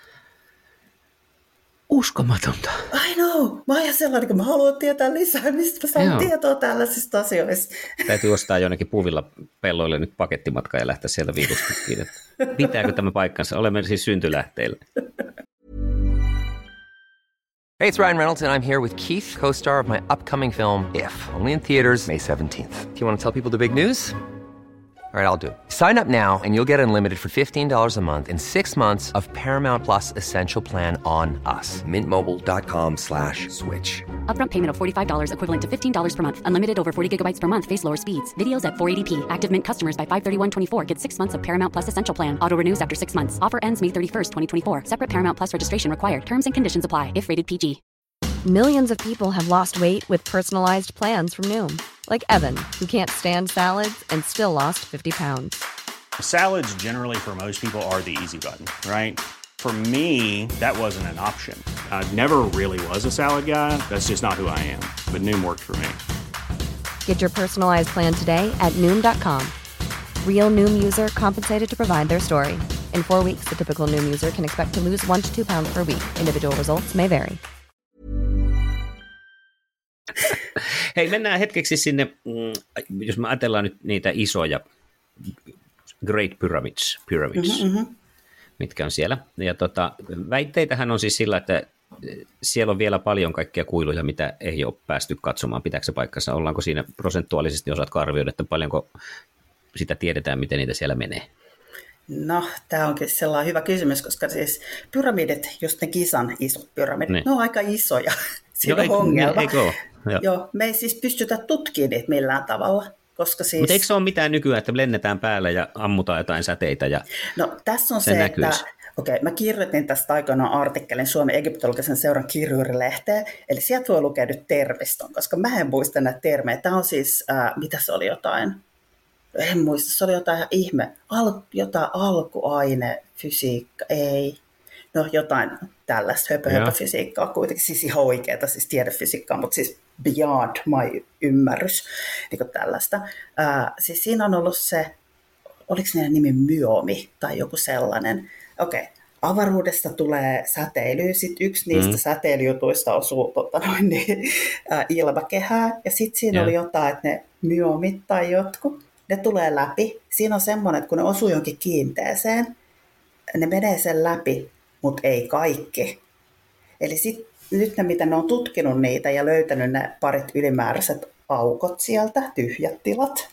H: Uskomatonta.
E: I know. Mä oon sellainen, kun mä haluan tietää lisää, mistä mä saan tietoa tällaisista asioista.
H: Täytyy ostaa jonnekin puuvilla pelloille nyt pakettimatka ja lähteä sieltä viikostakin. Pitääkö tämä paikkansa? Olemme siis syntylähteillä.
A: Hey, it's Ryan Reynolds, and I'm here with Keith, co-star of my upcoming film, If, only in theaters May 17th. Do you want to tell people the big news? All right, I'll do it. Sign up now and you'll get unlimited for $15 a month and 6 months of Paramount Plus Essential Plan on us. MintMobile.com/switch.
B: Upfront payment of $45 equivalent to $15 per month. Unlimited over 40 gigabytes per month. Face lower speeds. Videos at 480p. Active Mint customers by 531.24 get 6 months of Paramount Plus Essential Plan. Auto renews after 6 months. Offer ends May 31st, 2024. Separate Paramount Plus registration required. Terms and conditions apply if rated PG.
C: Millions of people have lost weight with personalized plans from Noom. Like Evan, who can't stand salads and still lost 50 pounds.
D: Salads generally for most people are the easy button, right? For me, that wasn't an option. I never really was a salad guy. That's just not who I am. But Noom worked for me.
C: Get your personalized plan today at Noom.com. Real Noom user compensated to provide their story. In 4 weeks, the typical Noom user can expect to lose 1 to 2 pounds per week. Individual results may vary.
H: Hei, mennään hetkeksi sinne, jos me ajatellaan nyt niitä isoja Great Pyramids, mitkä on siellä. Ja väitteitähän on siis sillä, että siellä on vielä paljon kaikkia kuiluja, mitä ei ole päästy katsomaan. Pitääkö se paikkansa? Ollaanko siinä prosentuaalisesti, osaatko arvioida, että paljonko sitä tiedetään, miten niitä siellä menee?
E: No, tämä onkin sellainen hyvä kysymys, koska siis pyramidit, just ne Gisan isot pyramidit, ne on aika isoja. Siinä on ongelma. Joo, me ei siis pystytä tutkimaan niitä millään tavalla. Siis...
H: Mutta eikö se ole mitään nykyään, että lennetään päällä ja ammutaan jotain säteitä? Ja
E: no, tässä on se, että Okei, mä kirjoitin tästä aikanaan artikkelin Suomen egyptologisen seuran kirjuurilehteen, eli sieltä voi lukea nyt termiston, koska mä en muista näitä termejä. Tämä on siis, mitä se oli jotain? En muista, se oli jotain jotain alkuaine, fysiikka, ei. No jotain tällaista höpöfysiikkaa kuitenkin, siis ihan oikeaa, siis tiedefysiikkaa, mutta siis beyond my ymmärrys, niin kuin tällaista. Siis siinä on ollut se, oliko niiden nimi myomi tai joku sellainen. Okei, avaruudesta tulee säteilyä, sitten yksi niistä säteilyjutuista osuu ilmakehään, ja sitten siinä oli jotain, että ne myomit tai jotkut, ne tulee läpi. Siinä on semmoinen, että kun ne osuu jonkin kiinteeseen, ne menee sen läpi, mutta ei kaikki. Eli nyt mitä ne on tutkinut niitä ja löytänyt ne parit ylimääräiset aukot sieltä, tyhjät tilat,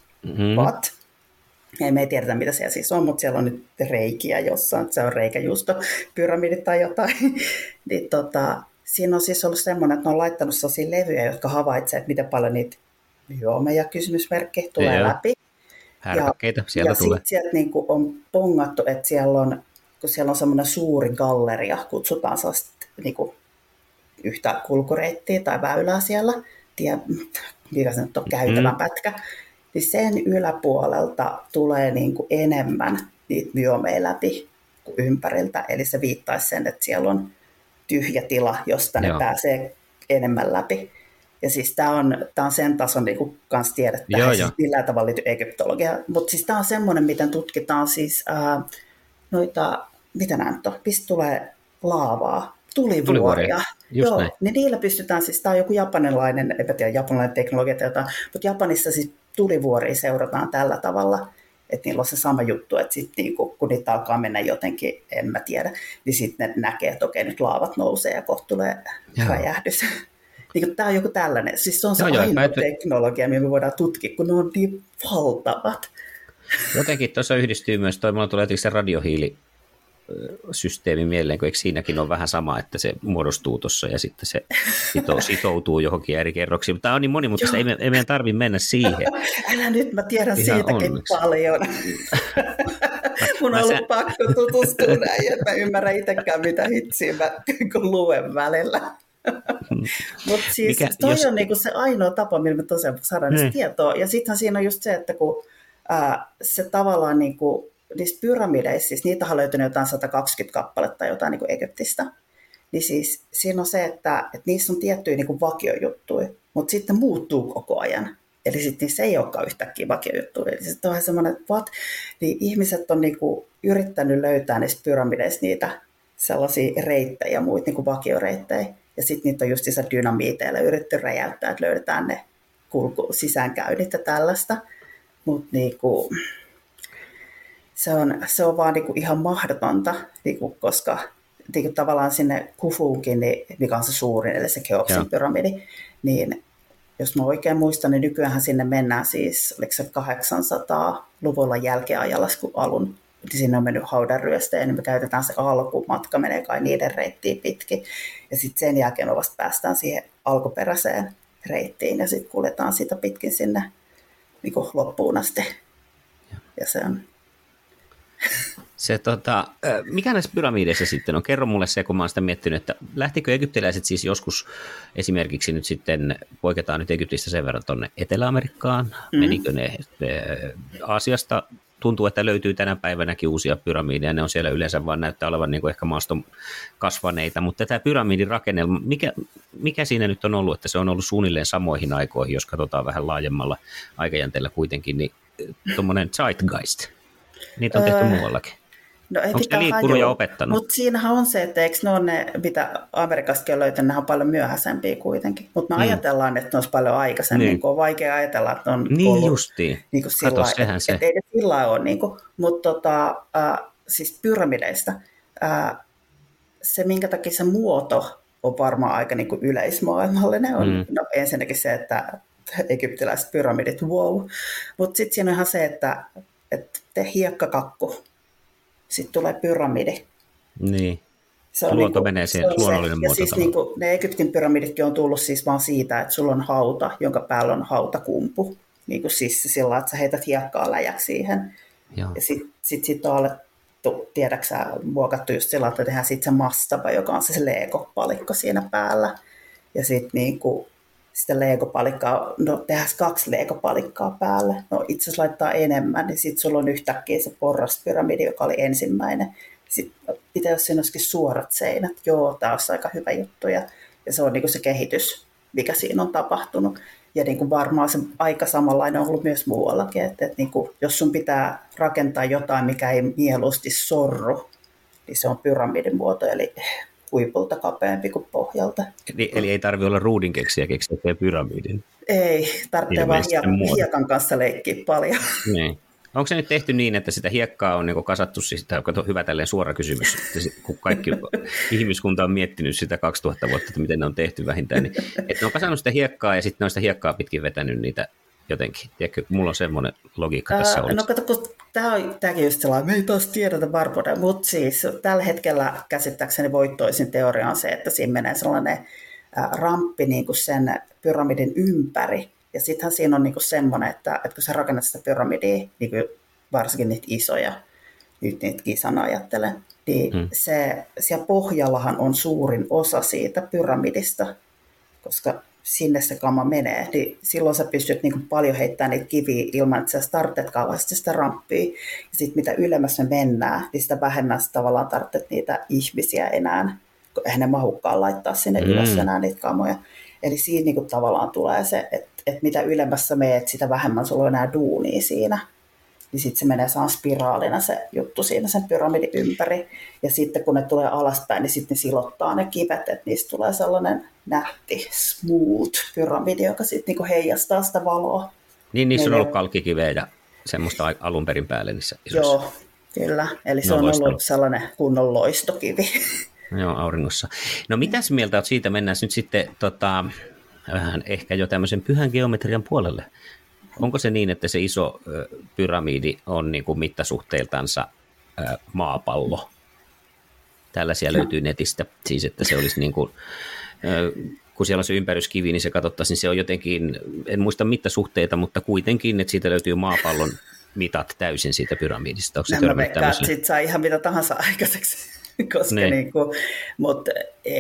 E: me ei tiedetä, mitä siellä siis on, mutta siellä on nyt reikiä jossain, se on reikäjuusto, pyramidit tai jotain. Niin, siinä on siis ollut semmoinen, että ne on laittanut sellaisia levyjä, jotka havaitsee, että miten paljon niitä myomeja kysymysmerkki tulee läpi.
H: Härpäkkeitä sieltä tulee.
E: Ja sieltä niin kuin on pongattu, että kun siellä on semmoinen suuri galleria, kutsutaan sellaista niin kuin yhtä kulkureittiä tai väylää siellä, mikä se nyt on käytävän pätkä, niin sen yläpuolelta tulee niin kuin enemmän niitä myomeja läpi kuin ympäriltä, eli se viittaisi sen, että siellä on tyhjä tila, josta ne pääsee enemmän läpi. Ja siis tämä on sen tason niin kanssa tiedettä, tähän siis millään tavalla liity egyptologiaan, mutta siis tämä on semmoinen, miten tutkitaan siis noita, mitä nämä nyt on, mistä tulee laavaa, tulivuoria. Joo, niin niillä pystytään, siis tämä on joku japanilainen, en tiedä japanilainen teknologia tai jotain, mutta Japanissa siis tulivuoria seurataan tällä tavalla, että niillä on se sama juttu, että sitten niinku, kun niitä alkaa mennä jotenkin, en mä tiedä, niin sitten ne näkee, että okei, nyt laavat nousee ja kohta tulee räjähdys. Niin tämä on joku tällainen, siis se on se ainoa teknologia, mitä me voidaan tutkia, kun ne on niin valtavat.
H: Jotenkin tuossa yhdistyy myös, mulla tulee jotenkin se radiohiilisysteemi mieleen, kun eikö siinäkin ole vähän sama, että se muodostuu tuossa ja sitten se sitoutuu johonkin eri kerroksiin. Mutta tämä on niin monimutkaista, ei meidän tarvitse mennä siihen.
E: Älä nyt, mä tiedän ihan siitäkin paljon. Mun on ollut pakko tutustua näin, että mä ymmärrän itsekään, mitä hitsiä mä luen välillä. Mutta siis toi on niinku se ainoa tapa, millä me tosiaan saadaan niistä tietoa. Ja sittenhän siinä on just se, että kun se tavallaan niinku, niistä pyramideissa, siis niitä on löytynyt jotain 120 kappaletta tai jotain niinku Egyptistä, niin siis siinä on se, että niissä on tiettyjä niinku vakiojuttuja, mutta sitten muuttuu koko ajan. Eli sitten niissä ei olekaan yhtäkkiä vakiojuttuja. Eli sitten on semmoinen, että niin ihmiset on niinku yrittänyt löytää niistä pyramideissa niitä sellaisia reittejä ja muita niinku vakioreittejä. Ja sitten niitä on just dynamiiteilla yritetty räjäyttää, että löydetään ne sisäänkäynnit ja tällaista. Mutta niinku, se on vaan niinku ihan mahdotonta, niinku, koska niinku, tavallaan sinne Khufuunkin, niin, mikä on se suurin, eli se Keopsin pyramidi, niin jos mä oikein muistan, niin nykyään sinne mennään siis, oliko se 800-luvulla jälkeajalasku alun. Sinne on mennyt haudanryöstöön, niin me käytetään se alkumatka, menee kai niiden reittiin pitkin. Ja sitten sen jälkeen me vasta päästään siihen alkuperäiseen reittiin ja sitten kuljetaan sitä pitkin sinne niin kuin loppuun asti. Ja se on...
H: Mikä näissä pyramideissa sitten on? Kerro mulle se, kun mä oon sitä miettinyt, että lähtikö egyptiläiset siis joskus esimerkiksi nyt sitten, poiketaan nyt Egyptistä sen verran tuonne Etelä-Amerikkaan, menikö ne Aasiasta? Tuntuu, että löytyy tänä päivänäkin uusia pyramideja, ne on siellä yleensä vaan näyttää olevan niin kuin ehkä maaston kasvaneita, mutta tämä pyramidin rakennelma, mikä siinä nyt on ollut, että se on ollut suunnilleen samoihin aikoihin, jos katsotaan vähän laajemmalla aikajänteellä kuitenkin, niin tuommoinen zeitgeist, niitä on tehty muuallakin.
E: No,
H: onko ne liikkunut ja opettanut?
E: Mutta siinähän on se, että eikö ne ole ne, mitä Amerikastakin on löytänyt, ne on paljon myöhäisempiä kuitenkin. Mutta me ajatellaan, että ne olisi paljon aikaisemmin, kun on vaikea ajatella, että on ollut
H: justiin.
E: Niin kato, sehän se. Että ei ne sillä ole. Niin mutta siis pyramideista, se minkä takia se muoto on varmaan aika niin kuin yleismaailmallinen, on ensinnäkin se, että egyptiläiset pyramidit, wow. Mutta sitten siinä on ihan se, että te hiekkakakku. Sitten tulee pyramidi.
H: Niin.
E: Se
H: luonto menee siihen, luonnollinen muoto.
E: Ja siis niinku, ne Egyptin pyramiditkin on tullut siis vaan siitä, että sulla on hauta, jonka päällä on hautakumpu. Niinku siis sillä, että sä heität hiekkaa läjäksi siihen. Joo. Ja sitten sit tiedäksä, muokattu just sillä, että tehdään sitten se mastaba, joka on se Lego-palikko siinä päällä. Ja sitten niinku, sitä Lego-palikkaa, no tehdään 2 Lego-palikkaa päälle. No itse asiassa laittaa enemmän, niin sitten sulla on yhtäkkiä se porraspyramidi, joka oli ensimmäinen. Sitten pitää, jos siinä olisikin suorat seinät. Joo, tämä olisi aika hyvä juttu. Ja se on niinku se kehitys, mikä siinä on tapahtunut. Ja niin kuin varmaan se aika samanlainen on ollut myös muuallakin, että niin kuin, jos sun pitää rakentaa jotain, mikä ei mieluusti sorru, niin se on pyramidin muoto, eli huipulta kapeampi kuin pohjalta.
H: Eli ei tarvitse olla ruudinkeksiä pyramidin?
E: Ei, tarvitsee vaan hiekan kanssa leikkiä paljon.
H: Niin. Onko se nyt tehty niin, että sitä hiekkaa on niin kasattu, siis tämä on hyvä tälleen suora kysymys, kun kaikki ihmiskunta on miettinyt sitä 2000 vuotta, että miten ne on tehty vähintään, niin, että ne on kasannut sitä hiekkaa ja sitten ne on sitä hiekkaa pitkin vetänyt niitä jotenkin. Tiedätkö, mulla on semmoinen logiikka tässä ollut.
E: No kato, kun tämäkin just sellainen, me ei taas tiedetä varmuuden, mutta siis tällä hetkellä käsittääkseni voittoisin teoria on se, että siinä menee sellainen ramppi niin kuin sen pyramidin ympäri. Ja sittenhän siinä on niinku semmoinen, että kun sä rakennat sitä pyramidia, niinku varsinkin niitä isoja, nyt niitä kisana ajattelen, niin siellä pohjallahan on suurin osa siitä pyramidista, koska sinne se kama menee, niin silloin sä pystyt niinku paljon heittämään niitä kiviä ilman, että sä startetkaan vasta sitä ramppia. Ja sitten mitä ylemmäs me mennään, niin sitä vähemmän sä tavallaan tarvitset niitä ihmisiä enää, kun eihän ne mahukkaan laittaa sinne ylös enää niitä kamoja. Eli siinä niinku tavallaan tulee se, että mitä ylemmässä meet, sitä vähemmän sulla on enää duunia siinä. Niin sitten se menee spiraalina se juttu siinä sen pyramidin ympäri. Ja sitten kun ne tulee alaspäin, niin sitten ne silottaa ne kivet, että niistä tulee sellainen nätti, smooth pyramidi, joka sitten niinku heijastaa sitä valoa.
H: Niin, niissä on ollut kalkkikiveä ja semmoista alun perin päälle niissä isoissa.
E: Joo, kyllä. Eli se on ollut sellainen kunnon loistokivi.
H: Joo, auringossa. No mitäs mieltä olet siitä? Mennään nyt sitten vähän ehkä jo tämmöisen pyhän geometrian puolelle. Onko se niin, että se iso pyramidi on niin kuin mittasuhteiltansa maapallo? Tällaisia löytyy netistä, siis että se olisi niin kuin, kun siellä on se ympäryskivi, niin se katsottaisiin, se on jotenkin, en muista mittasuhteita, mutta kuitenkin, että siitä löytyy maapallon mitat täysin siitä pyramidista. Onko se törmännyt tämmöisiä?
E: Sitten saa ihan mitä tahansa aikaiseksi. Koska mutta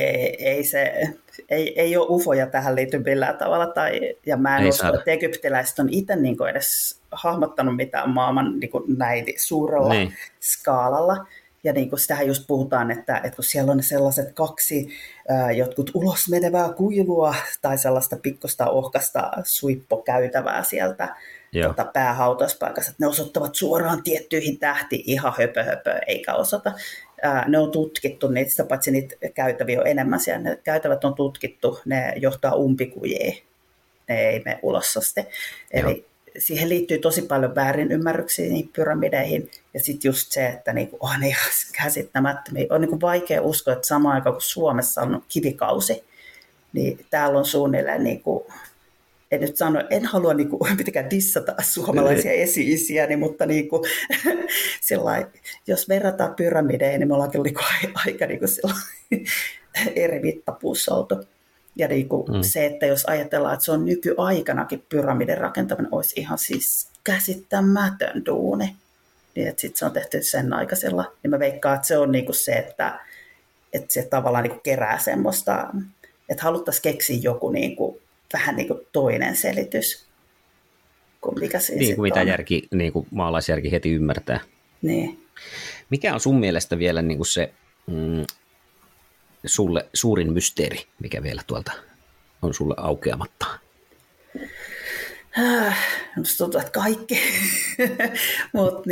E: ei ole ufoja tähän liity millään tavalla. Ja mä en usko, että egyptiläiset on itse edes hahmottanut mitään maailman näin suurella skaalalla. Ja sitähän just puhutaan, että kun siellä on sellaiset 2 jotkut ulos menevää kuilua tai sellaista pikkusta ohkasta suippokäytävää sieltä päähautauspaikassa, että ne osoittavat suoraan tiettyihin tähtiin ihan höpö, eikä osata. Ne on tutkittu, niitä paitsi niitä käytäviä on enemmän siellä. Ne käytävät on tutkittu, ne johtaa umpikujiin, ne ei mene ulos asti. Eli siihen liittyy tosi paljon väärinymmärryksiä niihin pyramideihin. Ja sitten just se, että on ihan käsittämättömiä. On vaikea uskoa, että samaan aikaan kun Suomessa on kivikausi, niin täällä on suunnilleen, en halua mitenkään dissata suomalaisia esi-isiäni, mutta jos verrataan pyramideihin, niin me ollaan kyllä aika eri mittapuussa oltu. Ja se, että jos ajatellaan, että se on nykyaikanakin pyramidin rakentaminen, olisi ihan siis käsittämätön duuni. Niin, että sitten se on tehty sen aikaisella. Niin mä veikkaan, että se on se, että se tavallaan kerää semmoista, että haluttaisiin keksiä joku vähän toinen selitys kuin mikä siinä
H: niin kuin mitä järki, maalaisjärki heti ymmärtää.
E: Niin.
H: Mikä on sun mielestä vielä se sulle suurin mysteeri, mikä vielä tuolta on sulle aukeamatta?
E: Minusta tuntuu, että kaikki. Mutta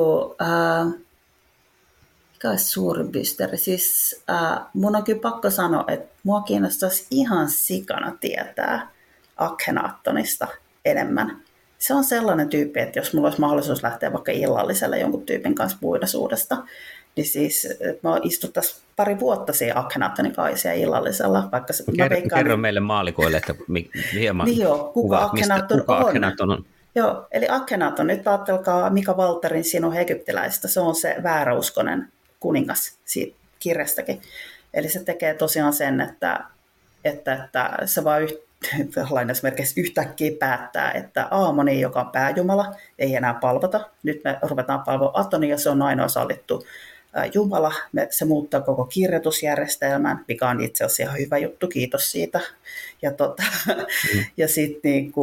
E: mikä olisi suurin mysteeri? Siis mun on kyllä pakko sanoa, että mua kiinnostaisi ihan sikana tietää Akhenatonista enemmän. Se on sellainen tyyppi, että jos mulla olisi mahdollisuus lähteä vaikka illalliselle jonkun tyypin kanssa muinaisuudesta, niin siis mä istuttaisiin pari vuotta siihen Akhenatonin kanssa illallisella. Vaikka
H: kerro meille maalikoille, että hieman
E: kuka Akhenaton on. Joo, eli Akhenaton, nyt ajattelkaa Mika Walterin Sinun egyptiläistä, se on se vääräuskonen kuningas siitä kirjastakin. Eli se tekee tosiaan sen, että se vaan lainausmerkeissä yhtäkkiä päättää, että Aamoni, joka on pääjumala, ei enää palvota. Nyt me ruvetaan palvoa Atonia, se on ainoa sallittu Jumala. Se muuttaa koko kirjoitusjärjestelmän, mikä on itse asiassa ihan hyvä juttu, kiitos siitä. Ja sitten niin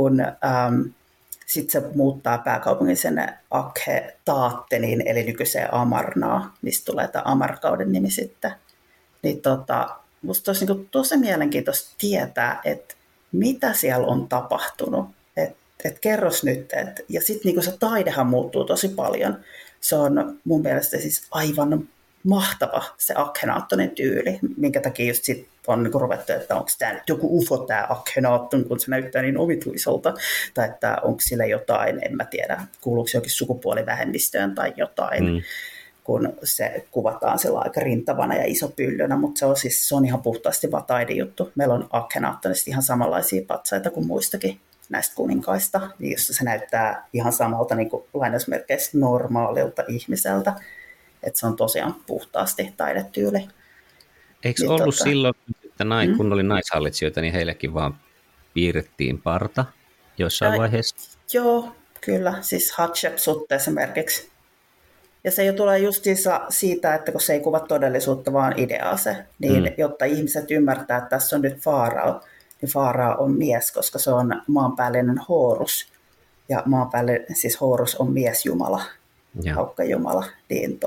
E: sit se muuttaa pääkaupungin sinne Akhe-Taatteniin, eli nykyiseen Amarnaan, mistä tulee tämä Amarkauden nimi sitten. Niin musta olisi niin tosi mielenkiintoista tietää, että mitä siellä on tapahtunut. Et kerros nyt. Ja sitten niin se taidehan muuttuu tosi paljon. Se on mun mielestä siis aivan mahtava se Akhenaattonin tyyli, minkä takia just sit on niin ruvettu, että onko tämä nyt joku UFO tämä Akhenaatton, kun se näyttää niin omituiselta, tai että onko sillä jotain, en mä tiedä, kuuluuko jokin sukupuolivähemmistöön tai jotain, kun se kuvataan sillä aika rintavana ja isopyllönä, mutta se on ihan puhtaasti vaan taidejuttu. Meillä on Akhenaattonista ihan samanlaisia patsaita kuin muistakin näistä kuninkaista, jossa se näyttää ihan samalta niin kuin lainausmerkeissä normaalilta ihmiseltä. Että se on tosiaan puhtaasti taidetyyli.
H: Eikö ollut silloin, että kun oli naishallitsijoita, niin heillekin vaan piirrettiin parta jossain vaiheessa?
E: Joo, kyllä. Siis Hatshepsut esimerkiksi. Ja se jo tulee justiinsa siitä, että kun se ei kuva todellisuutta, vaan ideaa se, niin jotta ihmiset ymmärtää, että tässä on nyt Faarao, niin Faarao on mies, koska se on maanpäällinen Horus. Ja maanpäällinen, siis Horus on miesjumala, haukkajumala, niin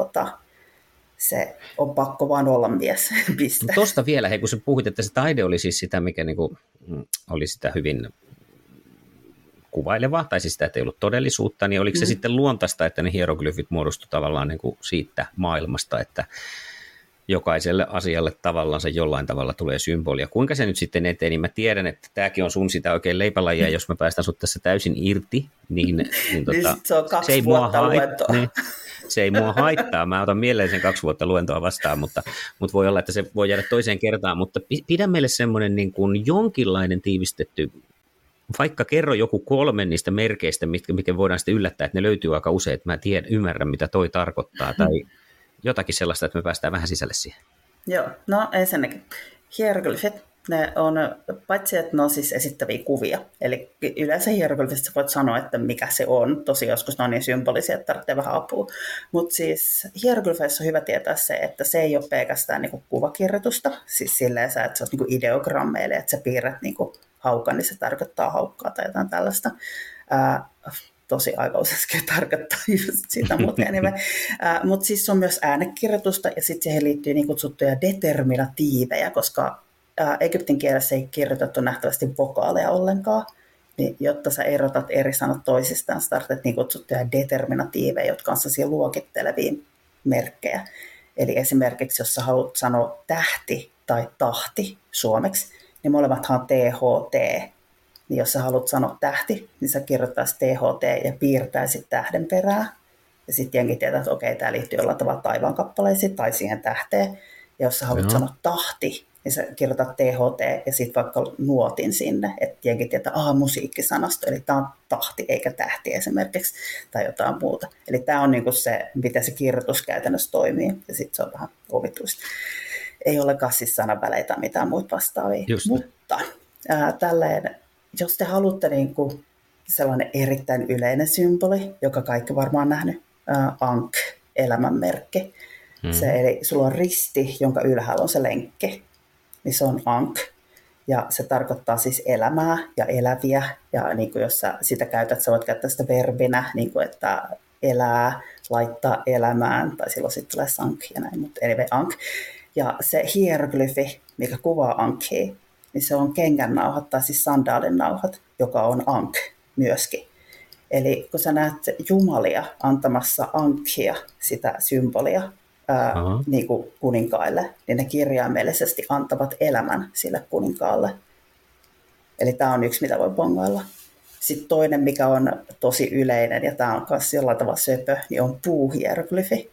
E: se on pakko vaan olla mies, piste.
H: Tuosta vielä, kun sä puhuit, että se taide oli siis sitä, mikä niinku oli sitä hyvin kuvailevaa, tai siis sitä, että ei ollut todellisuutta, niin oliko se sitten luontaista, että ne hieroglyfit muodostu tavallaan niinku siitä maailmasta, että jokaiselle asialle tavallaan se jollain tavalla tulee symbolia. Kuinka se nyt sitten eteni? Niin mä tiedän, että tämäkin on sun sitä oikein leipälajia, jos mä päästän sut tässä täysin irti, niin
E: se on 2 vuotta luentoa.
H: Niin, se ei mua haittaa. Mä otan mieleen sen 2 vuotta luentoa vastaan, mutta voi olla, että se voi jäädä toiseen kertaan. Mutta pidä meille semmoinen niin kuin jonkinlainen tiivistetty, vaikka kerro joku 3 niistä merkeistä, mikä voidaan sitten yllättää, että ne löytyy aika usein, että mä ymmärrän, mitä toi tarkoittaa, tai jotakin sellaista, että me päästään vähän sisälle siihen.
E: Joo, no ensinnäkin hieroglyfit, ne on, paitsi että ne on siis esittäviä kuvia, eli yleensä hieroglyfistä voit sanoa, että mikä se on, tosi joskus ne on niin symbolisia, että tarvitsee vähän apua, mutta siis hieroglyfeissa on hyvä tietää se, että se ei ole pelkästään niinku kuvakirjoitusta, siis silleen että se on niinku ideogrammeille, että sä piirrät niinku haukan, niin se tarkoittaa haukkaa tai jotain tällaista. Tosi aika usein tarkoittaa just sitä, mutta siis on myös äänekirjoitusta ja sitten siihen liittyy niin kutsuttuja determinatiiveja, koska Egyptin kielessä ei kirjoitettu nähtävästi vokaaleja ollenkaan, niin jotta sä erotat eri sanat toisistaan, sä tarvitset niin kutsuttuja determinatiiveja, jotka on sellaisia luokittelevia merkkejä. Eli esimerkiksi jos sä haluat sanoa tähti tai tahti suomeksi, niin molemmathan on THT. Niin jos sä haluat sanoa tähti, niin sä kirjoittaisit THT ja piirtäisit tähden perään. Ja sitten jenkin tietää, että okei, tämä liittyy jollain tavalla taivaankappaleisiin tai siihen tähteen. Ja jos sä haluat sanoa tahti, niin sä kirjoitat THT ja sitten vaikka nuotin sinne. Että jenkin tietää, musiikkisanasto, eli tämä on tahti eikä tähti esimerkiksi, tai jotain muuta. Eli tämä on niinku se, miten se kirjoitus käytännössä toimii, ja sitten se on vähän omituista. Ei olekaan siis sananväleitä tai mitään muita vastaavia. Mutta tälleen, jos te haluatte niin kuin sellainen erittäin yleinen symboli, joka kaikki varmaan on nähnyt, Ankh, elämänmerkki. Eli sulla on risti, jonka ylhäällä on se lenkki, niin se on Ankh. Ja se tarkoittaa siis elämää ja eläviä. Ja niin kuin jos sä sitä käytät, sä voit käyttää sitä verbinä, niin kuin että elää, laittaa elämään, tai silloin sitten tulee Sankh ja näin, mutta anyway, Ankh. Ja se hieroglyfi, mikä kuvaa Ankhia, niin se on kengännauhat tai siis sandaalinauhat, joka on Ankh myöskin. Eli kun sä näet jumalia antamassa Ankhia, sitä symbolia niin kuin kuninkaille, niin ne kirjaimellisesti antavat elämän sille kuninkaalle. Eli tämä on yksi, mitä voi bongailla. Sitten toinen, mikä on tosi yleinen, ja tämä on myös jollain tavalla söpö, niin on puuhieroglyfi.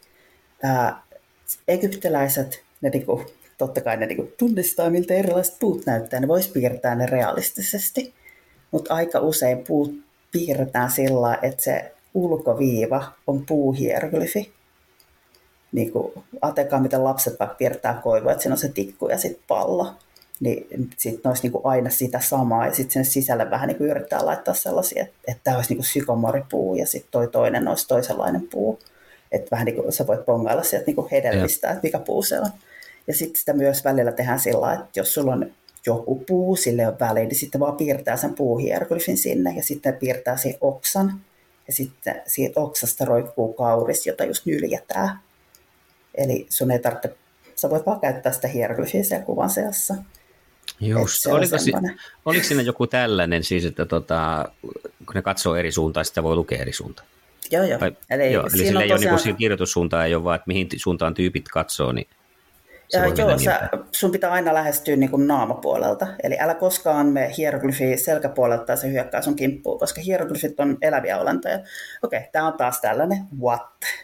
E: Egyptiläiset, ne niinku, totta kai ne niinku tunnistaa, miltä erilaiset puut näyttää. Ne vois piirtää ne realistisesti, mutta aika usein puut piirretään sillä, että se ulkoviiva on puuhieroglyfi. Niin kuin, ajatelkaa, miten lapset vaikka piirtää koivua, että siinä on se tikku ja sitten pallo. niin sitten ne olisi niin kuin aina sitä samaa, ja sitten sen sisälle vähän niin kuin yrittää laittaa sellaisia, että tämä olisi niin kuin sykomoripuu, ja sitten toi toinen olisi toisenlainen puu. Että vähän niin kuin sä voit pongailla sieltä niin kuin hedelmistä, että mikä puu se on. Ja sitten sitä myös välillä tehdään sillä lailla, että jos sulla on joku puu, sille on väliin, niin sitten vaan piirtää sen puuhieroglyfin sinne, ja sitten piirtää siihen oksan, ja sitten siitä oksasta roikkuu kauris, jota just nyljetään. Eli sun ei tarvitse, sä voit vaan käyttää sitä hieroglyfiä siellä kuvan seassa.
H: Just. Oliko siinä joku tällainen, siis, että kun ne katsoo eri suuntaan, sitä voi lukea eri suuntaan?
E: Joo.
H: Eli sillä ei ole niin kirjoitussuuntaa, ei ole vaan, että mihin suuntaan tyypit katsoo, niin se voi mennä
E: sun pitää aina lähestyä niin kuin naamapuolelta. Eli älä koskaan mene hieroglyfiä selkäpuolelta tai se hyökkää sun kimppuun, koska hieroglyfit on eläviä olentoja. Okei, tää on taas tällainen, what?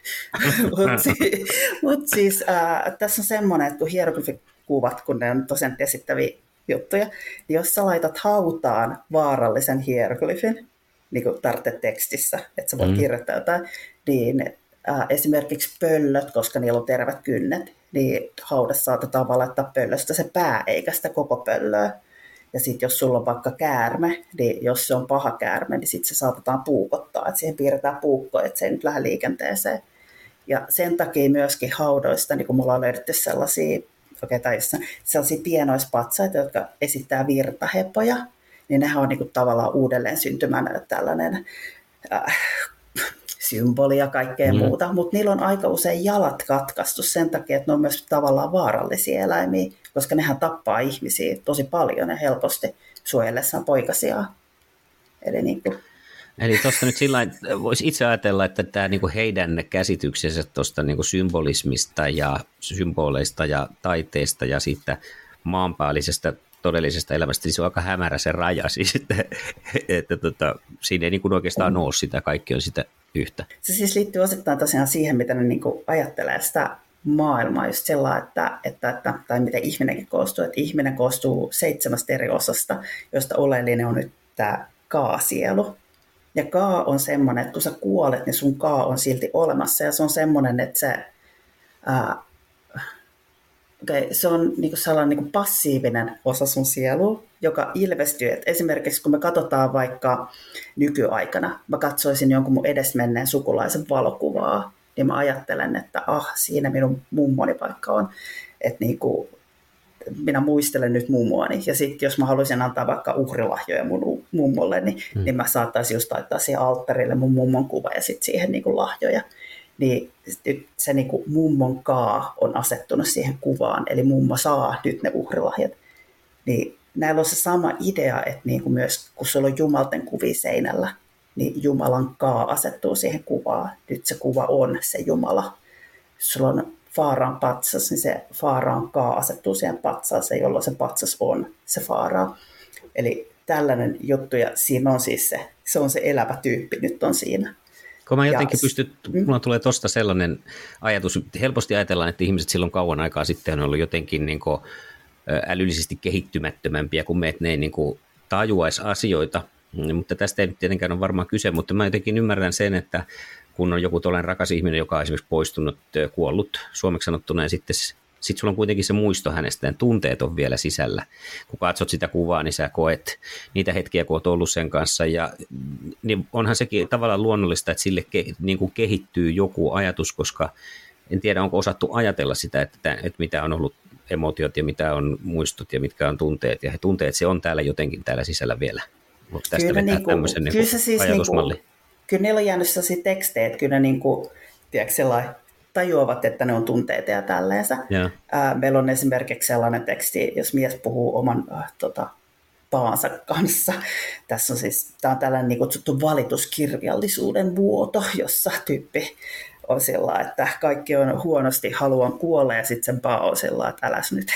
E: Mutta siis tässä on semmoinen, että kun hieroglyfikuvat, kun ne on tosiaan esittäviä juttuja, niin jos sä laitat hautaan vaarallisen hieroglyfin, niin kuin tarvitset tekstissä, että sä voit kirjoittaa jotain, niin esimerkiksi pöllöt, koska niillä on tervet kynnet, niin haudassa saatetaan vaan laittaa pöllöstä se pää, eikä sitä koko pöllöä. Ja sitten jos sulla on vaikka käärme, niin jos se on paha käärme, niin sitten se saatetaan puukottaa, että siihen piirretään puukko, että se ei nyt lähde liikenteeseen. Ja sen takia myöskin haudoista, niin kun mulla on löydetty sellaisia pienoispatsaita, jotka esittää virtahepoja, niin nehän on niin kuin tavallaan uudelleen syntymänä tällainen symboli ja kaikkea muuta, mutta niillä on aika usein jalat katkaistu sen takia, että ne on myös tavallaan vaarallisia eläimiä, koska nehän tappaa ihmisiä tosi paljon ja helposti suojellessaan poikasiaan.
H: Eli tuosta nyt sillä voisi itse ajatella, että tämä niinku heidän käsityksensä tuosta niinku symbolismista ja symboleista ja taiteesta ja siitä maanpäällisestä todellisesta elämästä, niin se on aika hämärä se raja, siis, että siinä ei niin kuin oikeastaan ole sitä, kaikki on sitä yhtä.
E: Se siis liittyy osittain tosiaan siihen, mitä ne niin kuin ajattelee sitä maailmaa, just sellainen, tai miten ihminenkin koostuu, että ihminen koostuu 7 eri osasta, joista oleellinen on nyt tämä kaasielu. Ja kaa on semmoinen, että kun sä kuolet, niin sun kaa on silti olemassa, ja se on semmoinen, että se on niinku sellainen niinku passiivinen osa sun sielua, joka ilmestyy. Et esimerkiksi kun me katsotaan vaikka nykyaikana, mä katsoisin jonkun mun edesmenneen sukulaisen valokuvaa, niin mä ajattelen, että siinä minun mummoni paikka on. Että niinku, minä muistelen nyt mummoani. Ja sitten jos mä haluaisin antaa vaikka uhrilahjoja mun mummolle, niin mä saattaisin just laittaa siihen alttarille mun mummon kuva ja sitten siihen niinku lahjoja. Niin se niin kuin mummon kaa on asettunut siihen kuvaan, eli mummo saa nyt ne uhrilahjat. Niin näillä on se sama idea, että niin kuin myös kun sulla on jumalten kuvia seinällä, niin Jumalan kaa asettuu siihen kuvaan. Nyt se kuva on se Jumala. Jos sulla on Faaraan patsas, niin se Faaraan kaa asettuu siihen patsaaseen, jolloin se patsas on se Faaraa. Eli tällainen juttu, ja siinä on siis se on se elävä tyyppi, nyt on siinä.
H: Kun mä jotenkin mulla tulee tuosta sellainen ajatus, helposti ajatellaan, että ihmiset silloin kauan aikaa sitten on ollut jotenkin niin kuin älyllisesti kehittymättömämpiä, kun me ei niin kuin tajuaisi asioita, mutta tästä ei nyt tietenkään ole varmaan kyse, mutta mä jotenkin ymmärrän sen, että kun on joku tollainen rakas ihminen, joka on esimerkiksi poistunut, kuollut suomeksi sanottuna, ja sitten sulla on kuitenkin se muisto hänestä, ja tunteet on vielä sisällä. Kun katsot sitä kuvaa, niin sä koet niitä hetkiä, kun oot ollut sen kanssa, ja niin onhan sekin tavallaan luonnollista, että sille niin kuin kehittyy joku ajatus, koska en tiedä, onko osattu ajatella sitä, että mitä on ollut emotiot ja mitä on muistot ja mitkä on tunteet, ja he tunteet, se on täällä jotenkin täällä sisällä vielä. Mutta tästä
E: kyllä
H: vetää tämmöisen
E: siis
H: ajatusmalli.
E: Kyllä niillä on jäänyt sellaisia tekstejä, että kyllä niin kuin, tiedätkö, tajuavat, että ne on tunteita ja tälleensä. Yeah. Meillä on esimerkiksi sellainen teksti, jos mies puhuu oman paansa kanssa. Tässä on siis, tämä on tällainen niin kutsuttu valituskirjallisuuden vuoto, jossa tyyppi on sillä, että kaikki on huonosti, haluan kuolla, ja sitten sen paa on sillä, että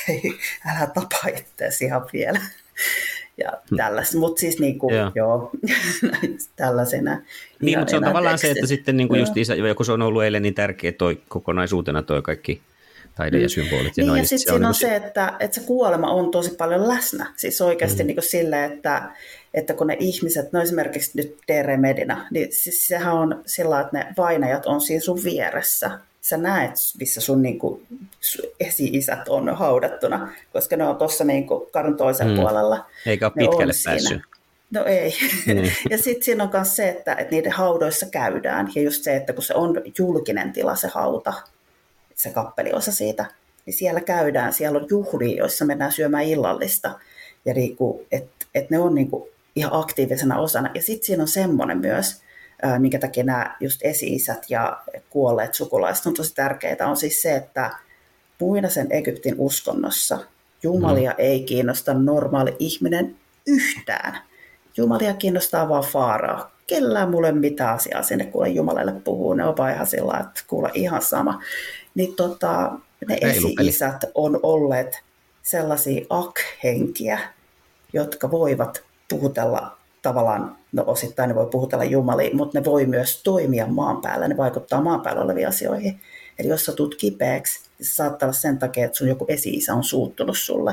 E: älä tapa itseäsi ihan vielä. Ja tällaista, mutta siis niinku, joo, tällaisena.
H: Niin, mutta se on tavallaan se, että sitten niinku just kun se on ollut eilen niin tärkeä toi kokonaisuutena toi kaikki taide ja symbolit.
E: Ja niin, ja sitten siinä on se, että se kuolema on tosi paljon läsnä. Siis oikeasti niinku silleen, että kun ne ihmiset, no esimerkiksi nyt Dere Medina, niin siis sehän on sillä, että ne vainajat on siinä sun vieressä. sä näet, missä sun niinku esi-isät on haudattuna, koska ne on tuossa niinku kadun toisella puolella.
H: Eikä ole pitkälle päässyt.
E: No ei. Ja sitten siinä on myös se, että niiden haudoissa käydään. Ja just se, että kun se on julkinen tila, se hauta, se kappeliosa siitä, niin siellä käydään. Siellä on juhlia, joissa mennään syömään illallista. Ja niinku, että ne on niinku ihan aktiivisena osana. Ja sitten siinä on semmoinen myös, minkä takia nämä just esi-isät ja kuolleet sukulaiset on tosi tärkeitä, on siis se, että muinaisen Egyptin uskonnossa jumalia ei kiinnosta normaali ihminen yhtään. Jumalia kiinnostaa vaan Faarao. Kellään mulle mitään asiaa sinne, kuule Jumalalle puhuu. Ne on vaan ihan sillä, että kuule ihan sama. Niin ne esi-isät on olleet sellaisia ak-henkiä, jotka voivat puhutella tavallaan, no osittain ne voi puhutella jumalia, mutta ne voi myös toimia maan päällä. Ne vaikuttaa maan päällä oleviin asioihin. Eli jos sä tulet kipeäksi, niin se saattaa olla sen takia, että sun joku esi-isä on suuttunut sulle.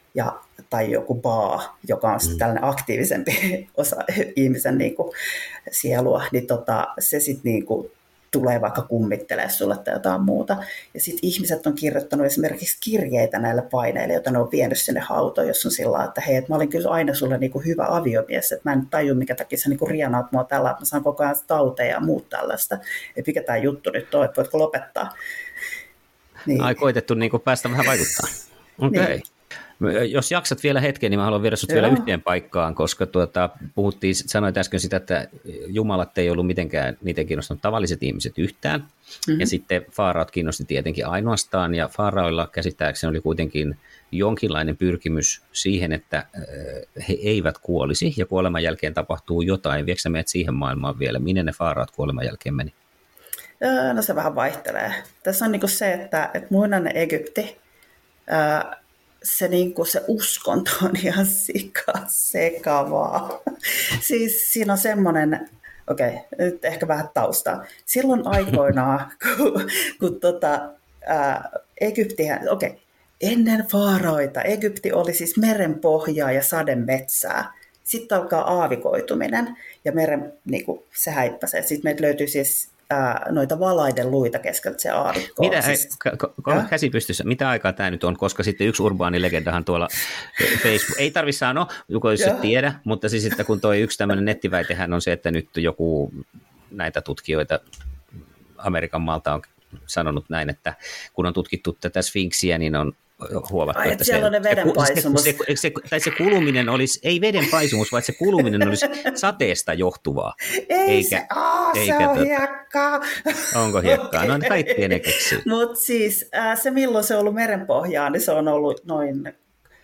E: Tai joku baa, joka on tällainen aktiivisempi osa ihmisen niinku sielua, niin se sitten niinku tulee vaikka kummittelee sulle tai jotain muuta. Ja sitten ihmiset on kirjoittanut esimerkiksi kirjeitä näille paineille, joita ne on vienyt sinne hautoon, jos on sillä että hei, mä olin kyllä aina sulle niinku hyvä aviomies, että mä en tajua, mikä takia sä niinku rienaat mua tällä, että mä saan koko ajan tauteja ja muut tällaista. Että mikä tämä juttu nyt on, että voitko lopettaa.
H: Niin. Ai koitettu niinku päästä vähän vaikuttaa. Okei. Okay. Niin. Jos jaksat vielä hetken, niin mä haluan viedä sut vielä yhteen paikkaan, koska sanoit äsken sitä, että jumalat ei ollut mitenkään, niitä ei kiinnostanut tavalliset ihmiset yhtään, ja sitten faaraot kiinnosti tietenkin ainoastaan, ja faaraoilla käsittääkseni oli kuitenkin jonkinlainen pyrkimys siihen, että he eivät kuolisi, ja kuoleman jälkeen tapahtuu jotain. Viekö sä meidät siihen maailmaan vielä? Minne ne faaraot kuoleman jälkeen meni?
E: No se vähän vaihtelee. Tässä on niinku se, että muinainen Egypti, se uskonto on ihan sekavaa. Siis siinä on semmoinen, nyt ehkä vähän taustaa. Silloin aikoinaan, kun Egyptihän, ennen faaraoita, Egypti oli siis merenpohjaa ja sademetsää. Sitten alkaa aavikoituminen ja meren, se häippäsee. Sitten meiltä löytyy siis noita valaiden luita keskeltä se aavikko.
H: Käsi pystyssä, mitä aikaa tämä nyt on, koska sitten yksi urbaanilegendahan tuolla Facebook, ei tarvitse sanoa, jos et tiedä, mutta siis että kun toi yksi tämmöinen nettiväitehän on se, että nyt joku näitä tutkijoita Amerikan maalta on sanonut näin, että kun on tutkittu tätä sfinksiä, niin on huomattu, että se kuluminen olisi, ei vedenpaisumus, vaan se kuluminen olisi sateesta johtuvaa.
E: Se on hiekkaa.
H: Onko hiekkaa? No kaikki ne keksii.
E: Mutta siis se milloin se on ollut merenpohjaa, niin se on ollut noin,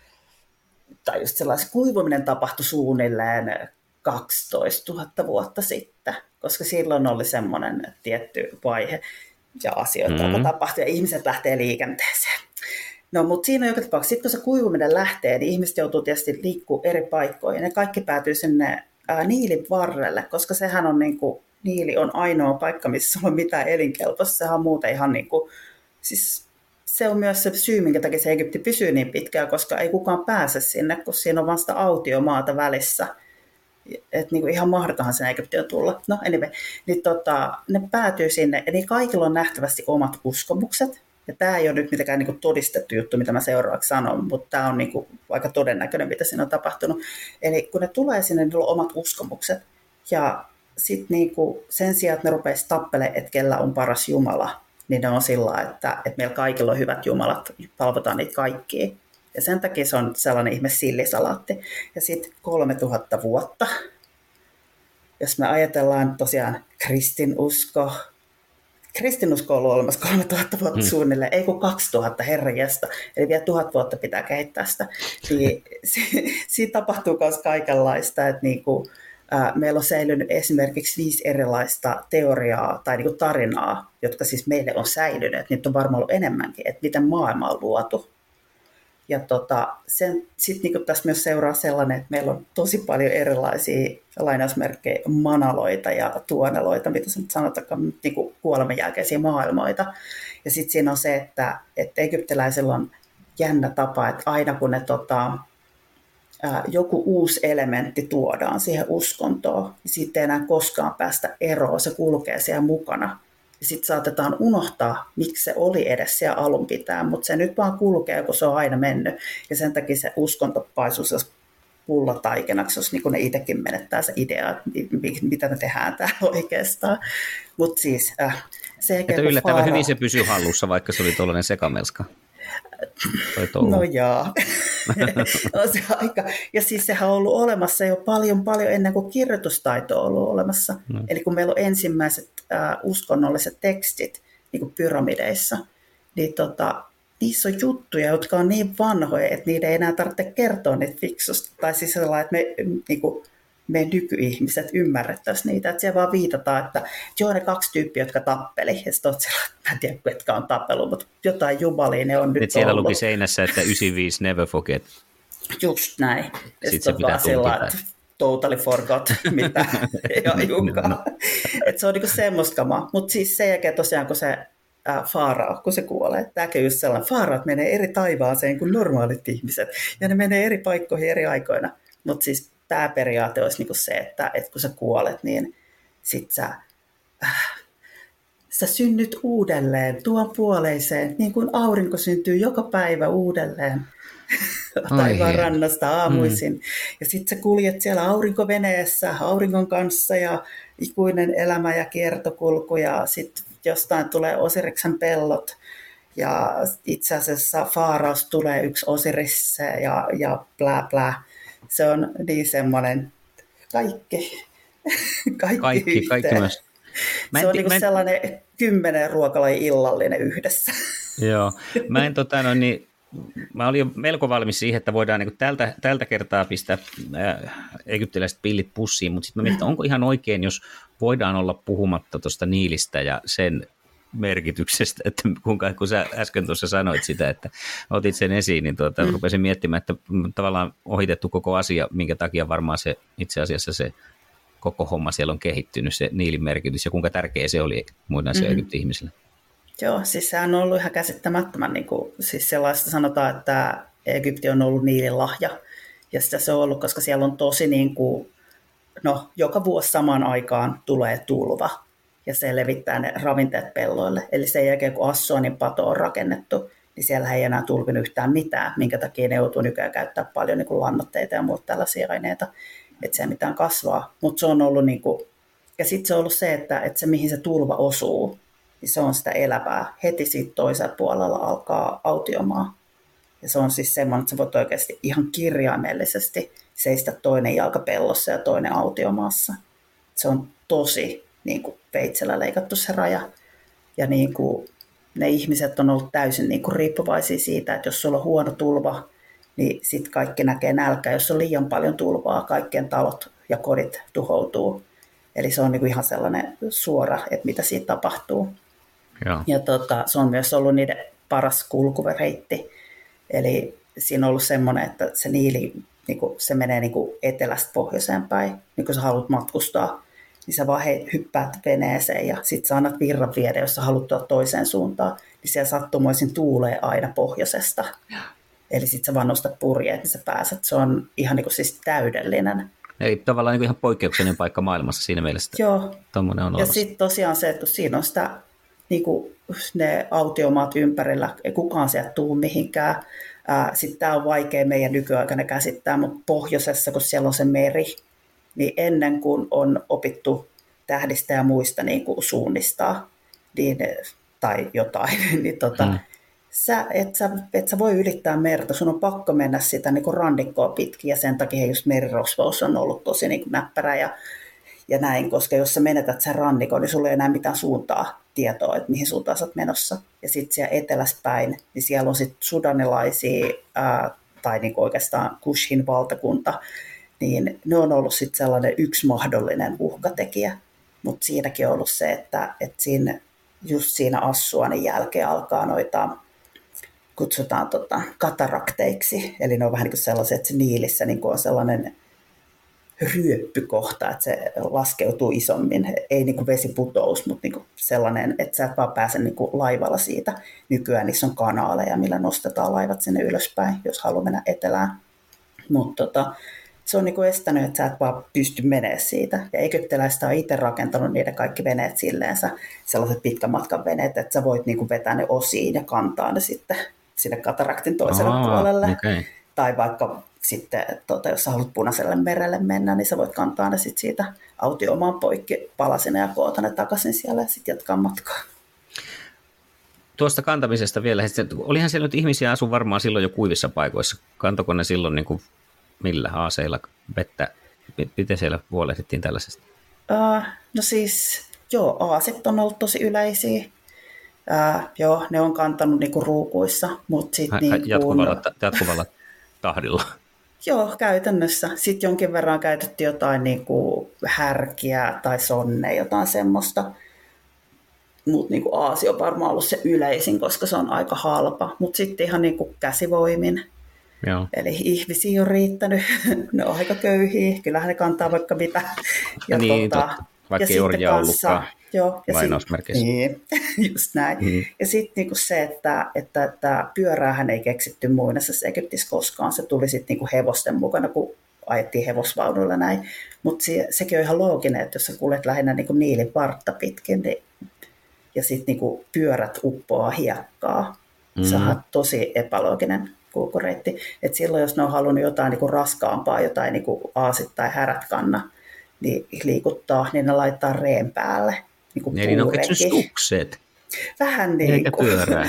E: tai just sellainen kuivuminen tapahtui suunnilleen 12 000 vuotta sitten, koska silloin oli semmoinen tietty vaihe ja asioita, joka tapahtui ja ihmiset lähtee liikenteeseen. No, mutta siinä on joka tapauksessa, sitten kun se kuivuminen lähtee, niin ihmiset joutuu tietysti liikkumaan eri paikkoihin. Ne kaikki päätyy sinne Niilin varrelle, koska sehän on Niili on ainoa paikka, missä on mitään elinkelpoista. Sehän on muuten ihan siis se on myös se syy, minkä takia se Egypti pysyy niin pitkään, koska ei kukaan pääse sinne, kun siinä on vasta autiomaata välissä. Että ihan mahdotonhan sen Egyptiin tulla. No anyway, niin ne päätyy sinne, eli kaikilla on nähtävästi omat uskomukset. Ja tämä ei ole nyt mitenkään todistettu juttu, mitä mä seuraavaksi sanon, mutta tämä on aika todennäköinen, mitä siinä on tapahtunut. Eli kun ne tulee sinne, niillä on omat uskomukset. Ja sitten sen sijaan, että ne rupeaisi tappelemaan, että kellä on paras Jumala, niin ne on sillä, että meillä kaikilla on hyvät jumalat, palvotaan niitä kaikkia. Ja sen takia se on sellainen ihme sillisalaatti. Ja sitten 3000 vuotta, jos me ajatellaan tosiaan kristinusko on ollut olemassa 3000 vuotta suunnilleen, ei kun 2000 herranjesta, eli vielä 1000 vuotta pitää kehittää sitä. Niin, siinä tapahtuu myös kaikenlaista, että meillä on säilynyt esimerkiksi 5 erilaista teoriaa tai tarinaa, jotka siis meille on säilynyt, niitä on varmaan ollut enemmänkin, että miten maailma on luotu. Ja sitten tässä myös seuraa sellainen, että meillä on tosi paljon erilaisia lainausmerkkejä manaloita ja tuoneloita, mitä se nyt sanotaan, kuoleman jälkeisiä maailmoita. Ja sitten siinä on se, että egyptiläisillä on jännä tapa, että aina kun ne joku uusi elementti tuodaan siihen uskontoon, niin siitä ei enää koskaan päästä eroon, se kulkee siellä mukana. ja sitten saatetaan unohtaa, miksi se oli edes siellä alun pitää, mutta se nyt vaan kulkee, kun se on aina mennyt, ja sen takia se uskonto paisuisi pullataikenaksi, jos niin ne itsekin menettää se idea, että mitä me tehdään täällä oikeastaan. Mutta siis
H: että yllättävän hyvin se pysyy hallussa, vaikka se oli tuollainen sekamelska.
E: No jaa. No, se aika. Ja siis sehän on ollut olemassa jo paljon ennen kuin kirjoitustaito on ollut olemassa. Eli kun meillä on ensimmäiset uskonnolliset tekstit niin kuin pyramideissa, niin niissä on juttuja, jotka on niin vanhoja, että niiden ei enää tarvitse kertoa niitä fiksusta. Tai siis sellainen, että me nykyihmiset ymmärrettäisiin niitä. Että siellä vaan viitataan, että joo, ne 2 tyyppiä, jotka tappeli. Ja sitten olet sellainen, mä en tiedä, ketkä on tappellut, mutta jotain jumalia ne on nyt ollut.
H: Siellä luki seinässä, että 95 never forget.
E: Just näin. Ja
H: sitten se pitää
E: tulkita. Totally forgot, mitä ja Jukka. Että se on niinku semmoista kamaa. Mutta siis sen jälkeen tosiaan, kun se Faarao, kun se kuolee. Tämäkin on just sellainen, Faaraat menee eri taivaaseen kuin normaalit ihmiset. Ja ne menee eri paikkoihin eri aikoina. Mutta siis pääperiaate olisi niinku se, että kun sä kuolet, niin sit sä synnyt uudelleen tuon puoleiseen, niin kuin aurinko syntyy joka päivä uudelleen taivaan rannasta aamuisin. Ja sitten sä kuljet siellä aurinkoveneessä auringon kanssa ja ikuinen elämä ja kiertokulku ja sitten jostain tulee Osiriksen pellot ja itse asiassa Faaraosta tulee yksi Osiris ja blää blää. Se on niin semmoinen kaikki
H: myös.
E: Se on niin sellainen 10 ruokalajin illallinen yhdessä.
H: Joo, mä olin jo melko valmis siihen, että voidaan niin tältä kertaa pistää egyptiläiset pillit pussiin, mutta sitten mä mietin, onko ihan oikein, jos voidaan olla puhumatta tuosta Niilistä ja sen merkityksestä, että kun sä äsken tuossa sanoit sitä, että otit sen esiin, niin rupesin miettimään, että tavallaan ohitettu koko asia, minkä takia varmaan se itse asiassa se koko homma siellä on kehittynyt, se Niilin merkitys ja kuinka tärkeä se oli muinaisille Egypti-ihmisille.
E: Joo, siis sehän on ollut ihan käsittämättömän, siis sellaista sanotaan, että Egypti on ollut Niilin lahja, ja sitä se on ollut, koska siellä on tosi joka vuosi samaan aikaan tulee tulva, ja se levittää ne ravinteet pelloille. Eli sen jälkeen, kun Assuanin pato on rakennettu, niin siellä ei enää tulvinut yhtään mitään, minkä takia ne joutuu nykyään käyttää paljon lannoitteita ja muuta tällaisia aineita, että se ei mitään kasvaa. Mutta se on ollut, ja sitten se on ollut se, että se mihin se tulva osuu, niin se on sitä elävää. Heti siitä toisella puolella alkaa autiomaa. Ja se on siis semmoinen, että sä voit oikeasti ihan kirjaimellisesti seistä toinen jalka pellossa ja toinen autiomaassa. Se on tosi veitsellä leikattu se raja. Ja ne ihmiset on ollut täysin riippuvaisia siitä, että jos sulla on huono tulva, niin sitten kaikki näkee nälkää. Jos on liian paljon tulvaa, kaikkien talot ja kodit tuhoutuu. Eli se on ihan sellainen suora, että mitä siitä tapahtuu.
H: Ja,
E: ja se on myös ollut niiden paras kulkureitti. Eli siinä on ollut semmoinen, että se Niili, se menee etelästä pohjoiseen päin. Niin kun sä haluat matkustaa, niin sä vaan hyppäät veneeseen ja sit sä annat virran viedä, jos sä haluat tuoda toiseen suuntaan. Niin siellä sattumoisin tuulee aina pohjoisesta. Eli sit sä vaan nostat purjeet, niin sä pääset. Se on ihan siis täydellinen.
H: Ei tavallaan ihan poikkeuksellinen paikka maailmassa siinä mielessä.
E: Joo.
H: Tommoinen on
E: ja sitten tosiaan se, että siinä on sitä, ne autiomaat ympärillä, ei kukaan sieltä tule mihinkään. Sitten tämä on vaikea meidän nykyaikana käsittää, mutta pohjoisessa, kun siellä on se meri, niin ennen kuin on opittu tähdistä ja muista suunnistaa tai jotain, niin sä voi ylittää merta, sun on pakko mennä sitä rannikkoa pitkin ja sen takia just merirosvous on ollut tosi näppärä ja näin, koska jos sä menetät sen rannikon, niin sulla ei enää mitään suuntaa tietoa, että mihin suuntaan sä oot menossa. Ja sitten siellä eteläspäin, niin siellä on sitten sudanilaisia tai oikeastaan Kushin valtakunta, niin ne on ollut sitten sellainen yksi mahdollinen uhkatekijä. Mutta siinäkin on ollut se, että just siinä Assuanin jälkeen alkaa noita kutsutaan katarakteiksi, eli ne on vähän sellaisia, että se Niilissä on sellainen ryöppykohta, että se laskeutuu isommin, ei vesiputous, mutta sellainen, että sä et vaan pääse laivalla siitä. Nykyään niissä on kanaaleja, millä nostetaan laivat sinne ylöspäin, jos haluaa mennä etelään. Mutta se on niin kuin estänyt, että sä et vaan pysty menemään siitä. Ja egyptiläiset on itse rakentanut niiden kaikki veneet silleensä, sellaiset pitkän matkan veneet, että sä voit niin kuin vetää ne osiin ja kantaa ne sitten sinne kataraktin toiselle puolelle.
H: Okay.
E: Tai vaikka sitten, jos sä haluat Punaiselle merelle mennä, niin sä voit kantaa ne sitten siitä autiomaan poikki palasina ja koota ne takaisin siellä ja sitten jatkaa matkaa.
H: Tuosta kantamisesta vielä, olihan siellä nyt ihmisiä asu varmaan silloin jo kuivissa paikoissa. Kantoko ne silloin niin kuin millä aaseilla vettä? Miten siellä huolehdittiin tällaisesta?
E: No siis, aasit on ollut tosi yleisiä. Joo, ne on kantanut niinku ruukuissa, mutta sitten
H: jatkuvalla tahdilla.
E: Joo, käytännössä. Sitten jonkin verran käytetty jotain niinku härkiä tai sonne, jotain semmoista. Mutta niinku aasi on varmaan ollut se yleisin, koska se on aika halpa. Mutta sitten ihan niinku käsivoimin.
H: Joo.
E: Eli ihmisiä on riittänyt. Ne on aika köyhiä. Kyllähän ne kantaa vaikka mitä. Ja
H: niin, vaikka ei orjaa ollutkaan.
E: Joo, ja
H: lainausmerkeissä.
E: Niin, just näin. Ja sitten niinku se, että pyöräähän ei keksitty muinaisessa Egyptissä koskaan. Se tuli sitten niinku hevosten mukana, kun ajettiin hevosvaunuilla näin. Mutta sekin on ihan looginen, että jos sä kuljet lähinnä niinku Niilin vartta pitkin, niin, ja sitten niinku pyörät uppoaa hiekkaa. Se on tosi epälooginen kulkureitti. Et silloin, jos ne on halunnut jotain niinku raskaampaa, jotain niinku aasit tai härät kanna, niin liikuttaa, niin ne laittaa reen päälle.
H: Eli ne on keksinyt sukset.
E: Vähän niin.
H: Eikä pyörää.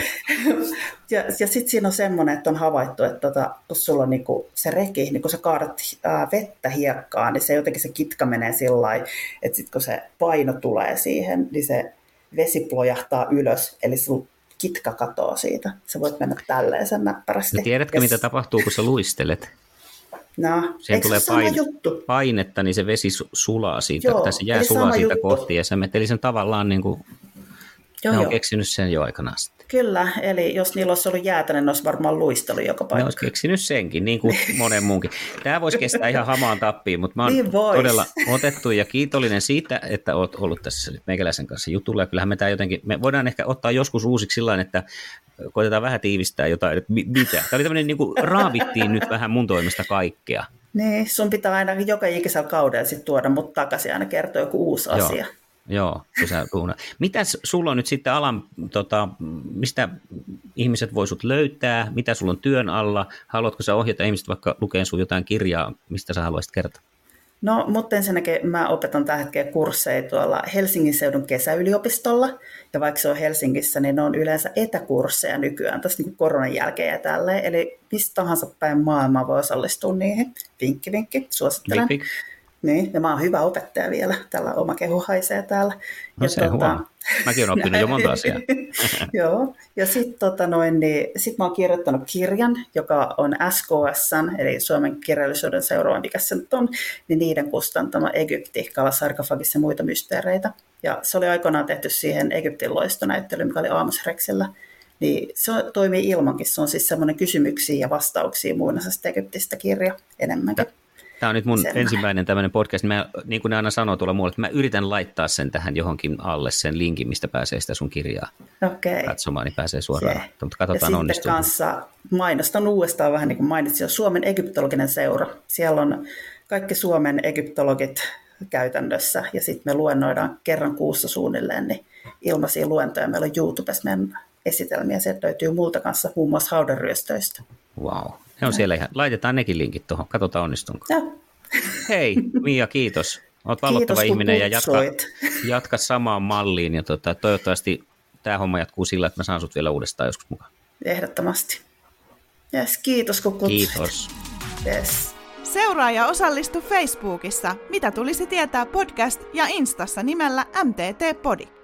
E: ja sitten siinä on semmoinen, että on havaittu, että kun sulla on niinku se reki, niin kun sä kaadat vettä hiekkaan, niin se jotenkin se kitka menee sillä lailla, että sitten kun se paino tulee siihen, niin se vesi plojahtaa ylös, eli sun kitka katoaa siitä. Sä voit mennä tälleen sen näppärästi.
H: No tiedätkö, mitä tapahtuu, kun sä luistelet?
E: No,
H: siihen tulee painetta, niin se vesi sulaa siitä, tai se jää sulaa siitä kohti, ja sä eli sen tavallaan niin kuin, ne on keksinyt sen jo aikanaan sitten.
E: Kyllä, eli jos niillä olisi ollut jäätä, niin ne olisi varmaan luistellut joka paikka.
H: Ne olisi keksinyt senkin, niin kuin monen muunkin. Tämä voisi kestää ihan hamaan tappiin, mutta mä oon todella otettu ja kiitollinen siitä, että oot ollut tässä meikäläisen kanssa jutulla, ja kyllähän me me voidaan ehkä ottaa joskus uusiksi sillain, että koitetaan vähän tiivistää jotain, että mitä. Tämä oli tämmöinen, niin kuin raavittiin nyt vähän mun toimesta kaikkea.
E: Niin, sun pitää aina joka ikisellä kaudella sitten tuoda mut takaisin aina kertoa joku uusi asia.
H: Joo, mitäs sulla on nyt sitten alan, mistä ihmiset voi sut löytää, mitä sulla on työn alla, haluatko sä ohjata ihmiset vaikka lukeen sun jotain kirjaa, mistä sä haluaisit kertoa?
E: No, mutta ensinnäkin mä opetan tällä hetkellä kursseja tuolla Helsingin seudun kesäyliopistolla, ja vaikka se on Helsingissä, niin ne on yleensä etäkursseja nykyään, tässä niin koronan jälkeen ja tälleen, eli mistä tahansa päin maailmaa voi osallistua niihin. Vinkki, suosittelen.
H: Vink.
E: Niin, ja mä oon hyvä opettaja vielä, tällä oma kehu haisee täällä.
H: No se huono. Mäkin olen oppinut jo monta asiaa.
E: Joo, ja sitten sit mä oon kirjoittanut kirjan, joka on SKS:n, eli Suomen kirjallisuuden seuraava, mikä se nyt on, niin niiden kustantama Egypti, Kalasarkofagissa ja muita mysteereitä. Ja se oli aikoinaan tehty siihen Egyptin loistonäyttelyyn, mikä oli Aamusreksillä. Niin se toimii ilmankin, se on siis semmoinen kysymyksiä ja vastauksia muinaisesta Egyptistä kirja enemmänkin.
H: Tämä on nyt mun ensimmäinen tämmöinen podcast. Mä, niin kuin ne aina sanoo tuolla muualla, että mä yritän laittaa sen tähän johonkin alle, sen linkin, mistä pääsee sitä sun kirjaa katsomaan, niin pääsee suoraan. Mutta katsotaan onnistuu.
E: Ja sitten kanssa mainostan uudestaan vähän niin kuin mainitsin, Suomen egyptologinen seura. Siellä on kaikki Suomen egyptologit käytännössä, ja sitten me luennoidaan kerran kuussa suunnilleen, niin ilmaisia luentoja. Meillä on YouTubessa meidän esitelmiä, sieltä löytyy multa kanssa muun muassa haudanryöstöistä.
H: Wow. Ne on siellä ihan. Laitetaan nekin linkit tuohon. Katsotaan onnistunko.
E: Joo.
H: Hei, Mia, kiitos. Olet vallottava ihminen ja jatka samaan malliin. Ja toivottavasti tämä homma jatkuu sillä, että mä saan sut vielä uudestaan joskus mukaan.
E: Ehdottomasti. Yes, kiitos kun kutsuit.
H: Kiitos.
E: Yes.
I: Seuraa ja osallistu Facebookissa Mitä tulisi tietää podcast ja Instassa nimellä MTT Podi.